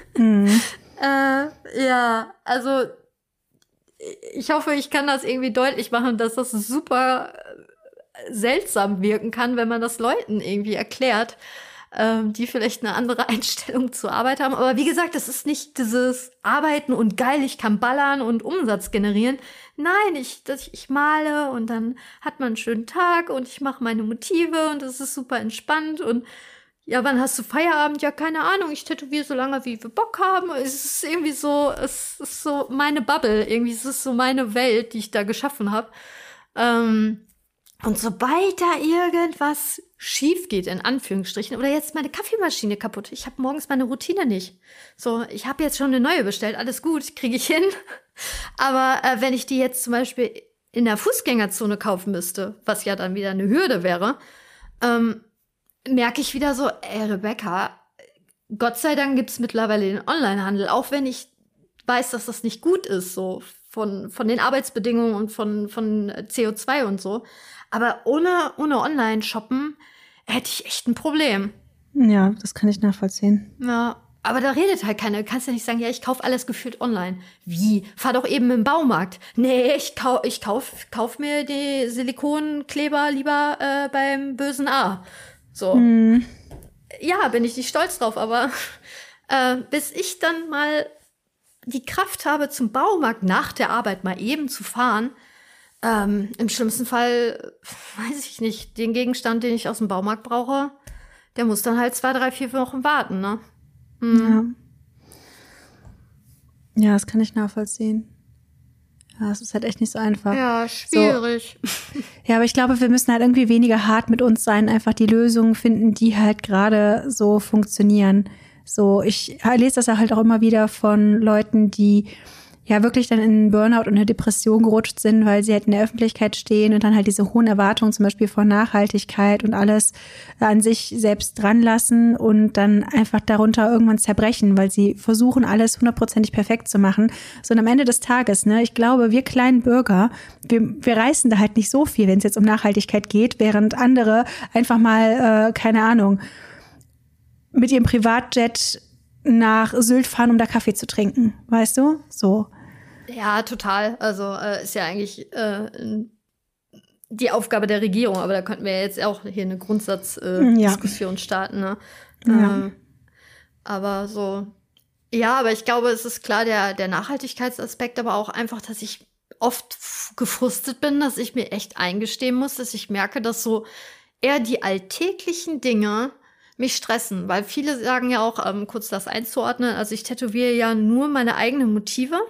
Ja, also ich hoffe, ich kann das irgendwie deutlich machen, dass das super seltsam wirken kann, wenn man das Leuten irgendwie erklärt, die vielleicht eine andere Einstellung zur Arbeit haben. Aber wie gesagt, das ist nicht dieses Arbeiten und geil, ich kann ballern und Umsatz generieren. Nein, ich male und dann hat man einen schönen Tag und ich mache meine Motive und es ist super entspannt und ja, wann hast du Feierabend? Ja, keine Ahnung, ich tätowiere so lange, wie wir Bock haben. Es ist irgendwie so, es ist so meine Bubble, irgendwie, es ist so meine Welt, die ich da geschaffen habe. Und sobald da irgendwas schief geht, in Anführungsstrichen, oder jetzt meine Kaffeemaschine kaputt, ich habe morgens meine Routine nicht. So, ich habe jetzt schon eine neue bestellt, alles gut, kriege ich hin. Aber wenn ich die jetzt zum Beispiel in der Fußgängerzone kaufen müsste, was ja dann wieder eine Hürde wäre, merke ich wieder so, Rebecca, Gott sei Dank gibt's mittlerweile den Onlinehandel, auch wenn ich weiß, dass das nicht gut ist, so von den Arbeitsbedingungen und von CO2 und so. Aber ohne Online-Shoppen hätte ich echt ein Problem. Ja, das kann ich nachvollziehen. Ja, aber da redet halt keiner. Du kannst ja nicht sagen, ja, ich kaufe alles gefühlt online. Wie? Fahr doch eben im Baumarkt. Nee, ich kauf mir die Silikonkleber lieber beim bösen A. So. Ja, bin ich nicht stolz drauf, aber bis ich dann mal die Kraft habe, zum Baumarkt nach der Arbeit mal eben zu fahren, im schlimmsten Fall, weiß ich nicht, den Gegenstand, den ich aus dem Baumarkt brauche, der muss dann halt 2, 3, 4 Wochen warten, ne? Ja, das kann ich nachvollziehen. Ja, es ist halt echt nicht so einfach. Ja, schwierig. So. Ja, aber ich glaube, wir müssen halt irgendwie weniger hart mit uns sein, einfach die Lösungen finden, die halt gerade so funktionieren. So, ich lese das halt auch immer wieder von Leuten, die ja wirklich dann in einen Burnout und eine Depression gerutscht sind, weil sie halt in der Öffentlichkeit stehen und dann halt diese hohen Erwartungen zum Beispiel von Nachhaltigkeit und alles an sich selbst dran lassen und dann einfach darunter irgendwann zerbrechen, weil sie versuchen, alles 100% perfekt zu machen. So, und am Ende des Tages, ne, ich glaube, wir kleinen Bürger, wir reißen da halt nicht so viel, wenn es jetzt um Nachhaltigkeit geht, während andere einfach mal, keine Ahnung, mit ihrem Privatjet nach Sylt fahren, um da Kaffee zu trinken, weißt du? So. Ja, total. Also ist ja eigentlich die Aufgabe der Regierung. Aber da könnten wir ja jetzt auch hier eine Grundsatzdiskussion starten. Ne? Ja. Aber so, ja, aber ich glaube, es ist klar der Nachhaltigkeitsaspekt, aber auch einfach, dass ich oft gefrustet bin, dass ich mir echt eingestehen muss, dass ich merke, dass so eher die alltäglichen Dinge mich stressen. Weil viele sagen ja auch, kurz das einzuordnen, also ich tätowiere ja nur meine eigenen Motive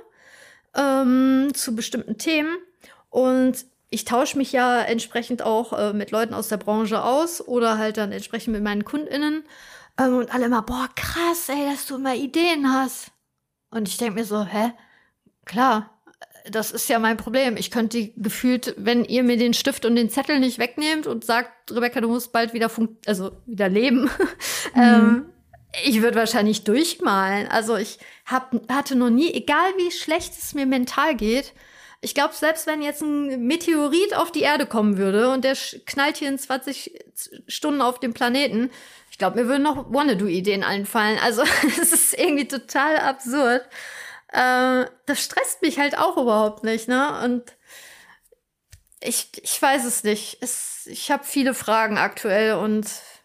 zu bestimmten Themen. Und ich tausche mich ja entsprechend auch mit Leuten aus der Branche aus oder halt dann entsprechend mit meinen KundInnen. Und alle immer, boah, krass, ey, dass du immer Ideen hast. Und ich denke mir so, klar, das ist ja mein Problem. Ich könnte die gefühlt, wenn ihr mir den Stift und den Zettel nicht wegnehmt und sagt, Rebecca, du musst bald wieder wieder leben, ich würde wahrscheinlich durchmalen. Also ich hatte noch nie, egal wie schlecht es mir mental geht, ich glaube, selbst wenn jetzt ein Meteorit auf die Erde kommen würde und der knallt hier in 20 Stunden auf dem Planeten, ich glaube, mir würden noch Wanna-Do-Ideen einfallen. Also es ist irgendwie total absurd. Das stresst mich halt auch überhaupt nicht, ne? Und ich weiß es nicht. Ich habe viele Fragen aktuell und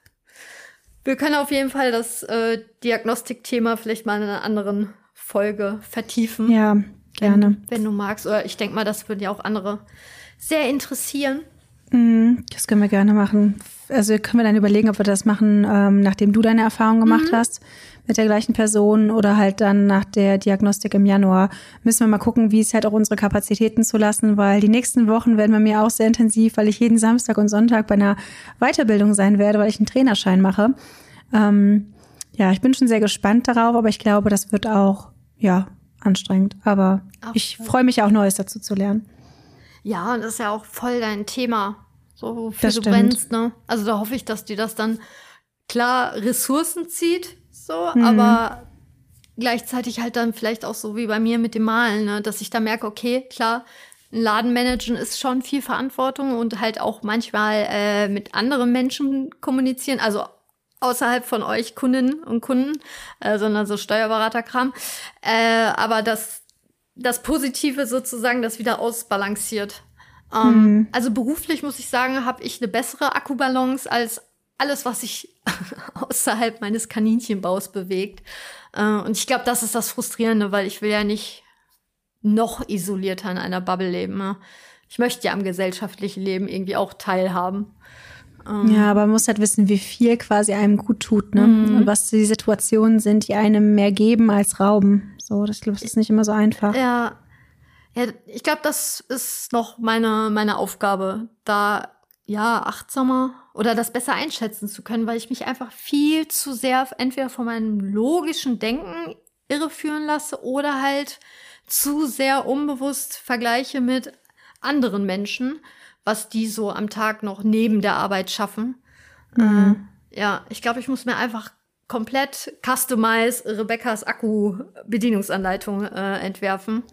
wir können auf jeden Fall das Diagnostikthema vielleicht mal in einer anderen Folge vertiefen. Ja, gerne. Wenn du magst. Oder ich denke mal, das würden ja auch andere sehr interessieren. Das können wir gerne machen. Also können wir dann überlegen, ob wir das machen, nachdem du deine Erfahrung gemacht hast mit der gleichen Person oder halt dann nach der Diagnostik im Januar. Müssen wir mal gucken, wie es halt auch unsere Kapazitäten zulassen, weil die nächsten Wochen werden bei mir auch sehr intensiv, weil ich jeden Samstag und Sonntag bei einer Weiterbildung sein werde, weil ich einen Trainerschein mache. Ja, ich bin schon sehr gespannt darauf, aber ich glaube, das wird auch, anstrengend. Aber ich freue mich auch, Neues dazu zu lernen. Ja, und das ist ja auch voll dein Thema, so wofür Das du stimmt. brennst, ne? Also da hoffe ich, dass dir das dann klar Ressourcen zieht, so, aber gleichzeitig halt dann vielleicht auch so wie bei mir mit dem Malen, ne? Dass ich da merke, okay, klar, ein Laden managen ist schon viel Verantwortung und halt auch manchmal mit anderen Menschen kommunizieren, also außerhalb von euch Kundinnen und Kunden, sondern so Steuerberaterkram, aber das Positive sozusagen, das wieder ausbalanciert. Also beruflich muss ich sagen, habe ich eine bessere Akkubalance als alles, was sich außerhalb meines Kaninchenbaus bewegt. Und ich glaube, das ist das Frustrierende, weil ich will ja nicht noch isolierter in einer Bubble leben. Ne? Ich möchte ja am gesellschaftlichen Leben irgendwie auch teilhaben. Ja, aber man muss halt wissen, wie viel quasi einem gut tut, ne? Und was die Situationen sind, die einem mehr geben als rauben. So, ich glaube, das ist nicht immer so einfach. Ja, ich glaube, das ist noch meine Aufgabe, da achtsamer oder das besser einschätzen zu können, weil ich mich einfach viel zu sehr entweder von meinem logischen Denken irreführen lasse oder halt zu sehr unbewusst vergleiche mit anderen Menschen, was die so am Tag noch neben der Arbeit schaffen. Ich glaube, ich muss mir einfach komplett customize Rebeccas Akku-Bedienungsanleitung entwerfen.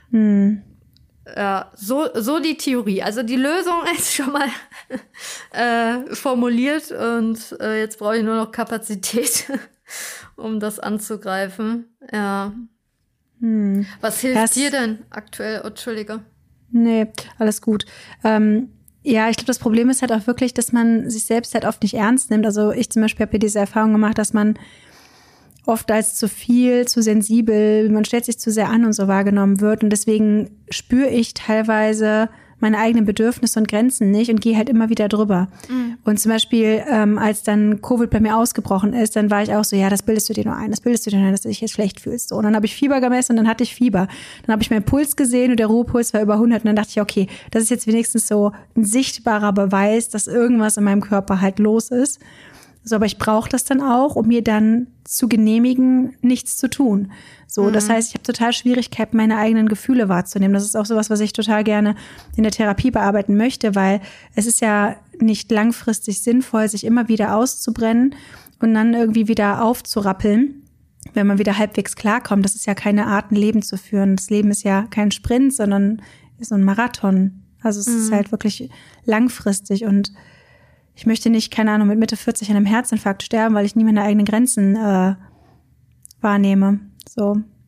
Ja, so die Theorie. Also die Lösung ist schon mal formuliert und jetzt brauche ich nur noch Kapazität, um das anzugreifen. Ja. Was hilft dir denn aktuell? Oh, Entschuldige. Nee, alles gut. Ja, ich glaube, das Problem ist halt auch wirklich, dass man sich selbst halt oft nicht ernst nimmt. Also ich zum Beispiel habe hier diese Erfahrung gemacht, dass man oft als zu viel, zu sensibel, man stellt sich zu sehr an und so wahrgenommen wird. Und deswegen spüre ich teilweise meine eigenen Bedürfnisse und Grenzen nicht und gehe halt immer wieder drüber. Und zum Beispiel, als dann Covid bei mir ausgebrochen ist, dann war ich auch so, ja, das bildest du dir nur ein, dass du dich jetzt schlecht fühlst. So. Und dann habe ich Fieber gemessen und dann hatte ich Fieber. Dann habe ich meinen Puls gesehen und der Ruhepuls war über 100 und dann dachte ich, okay, das ist jetzt wenigstens so ein sichtbarer Beweis, dass irgendwas in meinem Körper halt los ist. So, aber ich brauche das dann auch, um mir dann zu genehmigen, nichts zu tun. So, das heißt, ich habe total Schwierigkeiten, meine eigenen Gefühle wahrzunehmen. Das ist auch sowas, was ich total gerne in der Therapie bearbeiten möchte, weil es ist ja nicht langfristig sinnvoll, sich immer wieder auszubrennen und dann irgendwie wieder aufzurappeln, wenn man wieder halbwegs klarkommt. Das ist ja keine Art, ein Leben zu führen. Das Leben ist ja kein Sprint, sondern ist so ein Marathon. Also es ist halt wirklich langfristig und ich möchte nicht, keine Ahnung, mit Mitte 40 an einem Herzinfarkt sterben, weil ich nie meine eigenen Grenzen wahrnehme. So.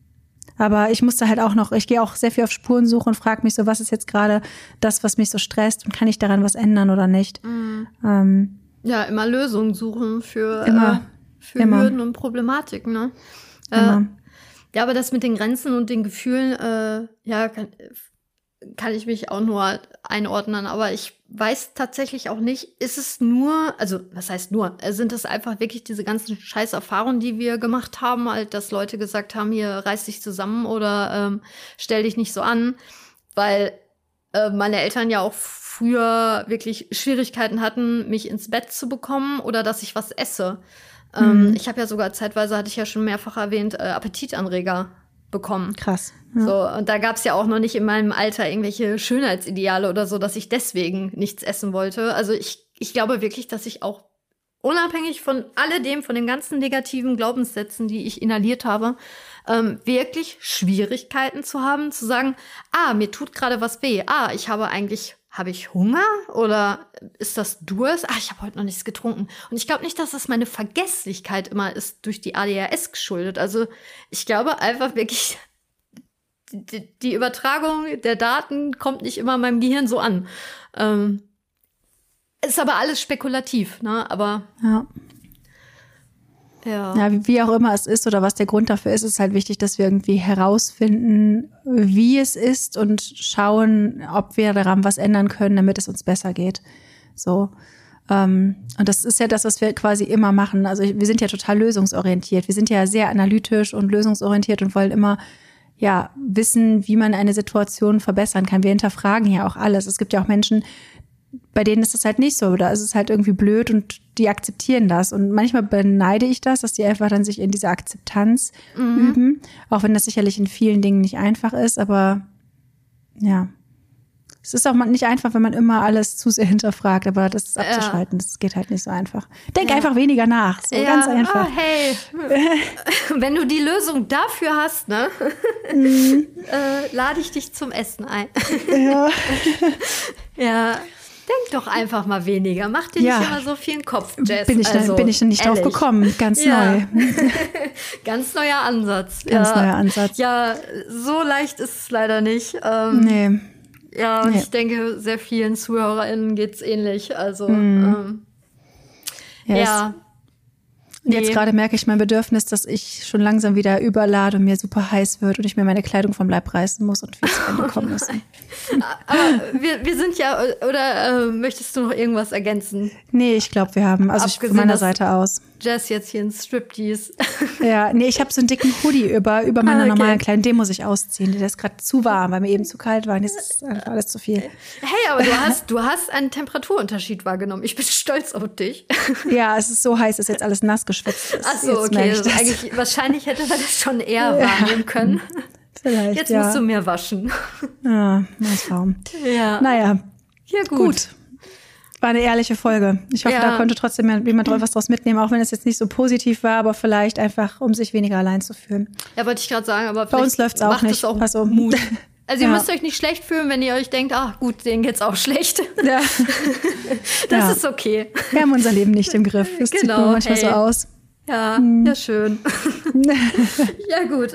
Aber ich musste halt auch noch, ich gehe auch sehr viel auf Spurensuche und frage mich so, was ist jetzt gerade das, was mich so stresst und kann ich daran was ändern oder nicht? Ja, immer Lösungen suchen für Immer. Hürden und Problematiken, ne? Immer. Ja, aber das mit den Grenzen und den Gefühlen, kann ich mich auch nur einordnen. Aber ich weiß tatsächlich auch nicht, ist es nur, also was heißt nur, sind es einfach wirklich diese ganzen scheiß Erfahrungen, die wir gemacht haben, halt, dass Leute gesagt haben, hier reiß dich zusammen oder stell dich nicht so an, weil meine Eltern ja auch früher wirklich Schwierigkeiten hatten, mich ins Bett zu bekommen oder dass ich was esse. Ich habe ja sogar zeitweise, hatte ich ja schon mehrfach erwähnt, Appetitanreger bekommen. Krass. Ja. So, und da gab es ja auch noch nicht in meinem Alter irgendwelche Schönheitsideale oder so, dass ich deswegen nichts essen wollte. Also ich glaube wirklich, dass ich auch unabhängig von alledem, von den ganzen negativen Glaubenssätzen, die ich inhaliert habe, wirklich Schwierigkeiten zu haben, zu sagen, mir tut gerade was weh. Habe ich Hunger oder ist das Durst? Ich habe heute noch nichts getrunken. Und ich glaube nicht, dass das meine Vergesslichkeit immer ist durch die ADHS geschuldet. Also ich glaube einfach wirklich, die Übertragung der Daten kommt nicht immer in meinem Gehirn so an. Ist aber alles spekulativ, ne? Aber ja, wie auch immer es ist oder was der Grund dafür ist halt wichtig, dass wir irgendwie herausfinden, wie es ist und schauen, ob wir daran was ändern können, damit es uns besser geht. So. Und das ist ja das, was wir quasi immer machen. Also wir sind ja total lösungsorientiert. Wir sind ja sehr analytisch und lösungsorientiert und wollen immer wissen, wie man eine Situation verbessern kann. Wir hinterfragen ja auch alles. Es gibt ja auch Menschen, bei denen ist das halt nicht so. Da ist es halt irgendwie blöd und die akzeptieren das. Und manchmal beneide ich das, dass die einfach dann sich in dieser Akzeptanz üben. Auch wenn das sicherlich in vielen Dingen nicht einfach ist. Aber ja, es ist auch nicht einfach, wenn man immer alles zu sehr hinterfragt. Aber das ist abzuschalten, das geht halt nicht so einfach. Denk einfach weniger nach. So ganz einfach. Hey, wenn du die Lösung dafür hast, ne, lade ich dich zum Essen ein. Ja. Denk doch einfach mal weniger. Mach dir nicht immer so viel in den Kopf, Jess. Bin ich noch nicht drauf gekommen. Ganz neu. Ganz neuer Ansatz. Ganz neuer Ansatz. Ja, so leicht ist es leider nicht. Nee. Ja, und ich denke, sehr vielen ZuhörerInnen geht's ähnlich. Also, Und jetzt gerade merke ich mein Bedürfnis, dass ich schon langsam wieder überlade und mir super heiß wird und ich mir meine Kleidung vom Leib reißen muss und viel zu Ende kommen muss. Aber wir sind ja, oder möchtest du noch irgendwas ergänzen? Nee, ich glaube, wir haben, also von meiner Seite aus. Jess jetzt hier ein Striptease. Ja, nee, ich habe so einen dicken Hoodie über meiner normalen Kleidung, den muss ich ausziehen. Der ist gerade zu warm, weil mir eben zu kalt war und jetzt ist einfach alles zu viel. Hey, aber du hast einen Temperaturunterschied wahrgenommen. Ich bin stolz auf dich. Ja, es ist so heiß, dass jetzt alles nass geschwitzt ist. Ach so, okay. Also eigentlich, wahrscheinlich hätte man das schon eher wahrnehmen können. Vielleicht, jetzt musst du mehr waschen. Ja, mal schauen. Ja. Naja. Ja, gut. War eine ehrliche Folge. Ich hoffe, da konnte trotzdem jemand was draus mitnehmen, auch wenn es jetzt nicht so positiv war, aber vielleicht einfach, um sich weniger allein zu fühlen. Ja, wollte ich gerade sagen, aber bei uns läuft's auch nicht. Auch also, Mut. Also ihr müsst euch nicht schlecht fühlen, wenn ihr euch denkt, gut, denen geht's auch schlecht. Ja. Das ist okay. Wir haben unser Leben nicht im Griff. Das sieht nur manchmal so aus. Ja, ja, schön. Ja, gut.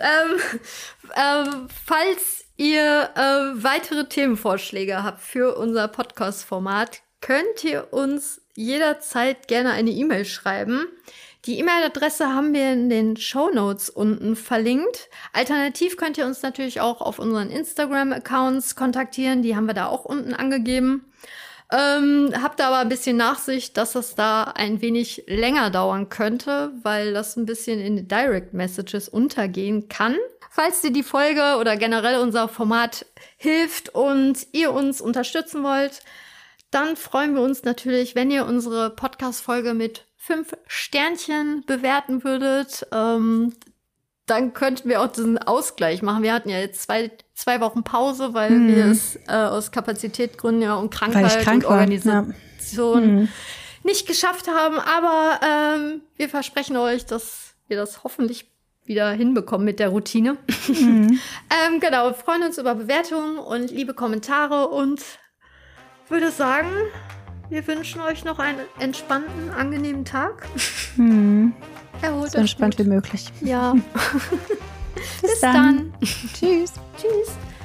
Falls ihr weitere Themenvorschläge habt für unser Podcast-Format, könnt ihr uns jederzeit gerne eine E-Mail schreiben. Die E-Mail-Adresse haben wir in den Shownotes unten verlinkt. Alternativ könnt ihr uns natürlich auch auf unseren Instagram-Accounts kontaktieren. Die haben wir da auch unten angegeben. Habt aber ein bisschen Nachsicht, dass das da ein wenig länger dauern könnte, weil das ein bisschen in den Direct Messages untergehen kann. Falls dir die Folge oder generell unser Format hilft und ihr uns unterstützen wollt, dann freuen wir uns natürlich, wenn ihr unsere Podcast-Folge mit 5 Sternchen bewerten würdet. Dann könnten wir auch diesen Ausgleich machen. Wir hatten ja jetzt zwei Wochen Pause, weil wir es aus Kapazitätsgründen und Krankheit und Organisation nicht geschafft haben. Aber wir versprechen euch, dass wir das hoffentlich wieder hinbekommen mit der Routine. Genau, wir freuen uns über Bewertungen und liebe Kommentare und würde sagen, wir wünschen euch noch einen entspannten, angenehmen Tag. So entspannt wie möglich. Ja. Bis dann. Tschüss. Tschüss.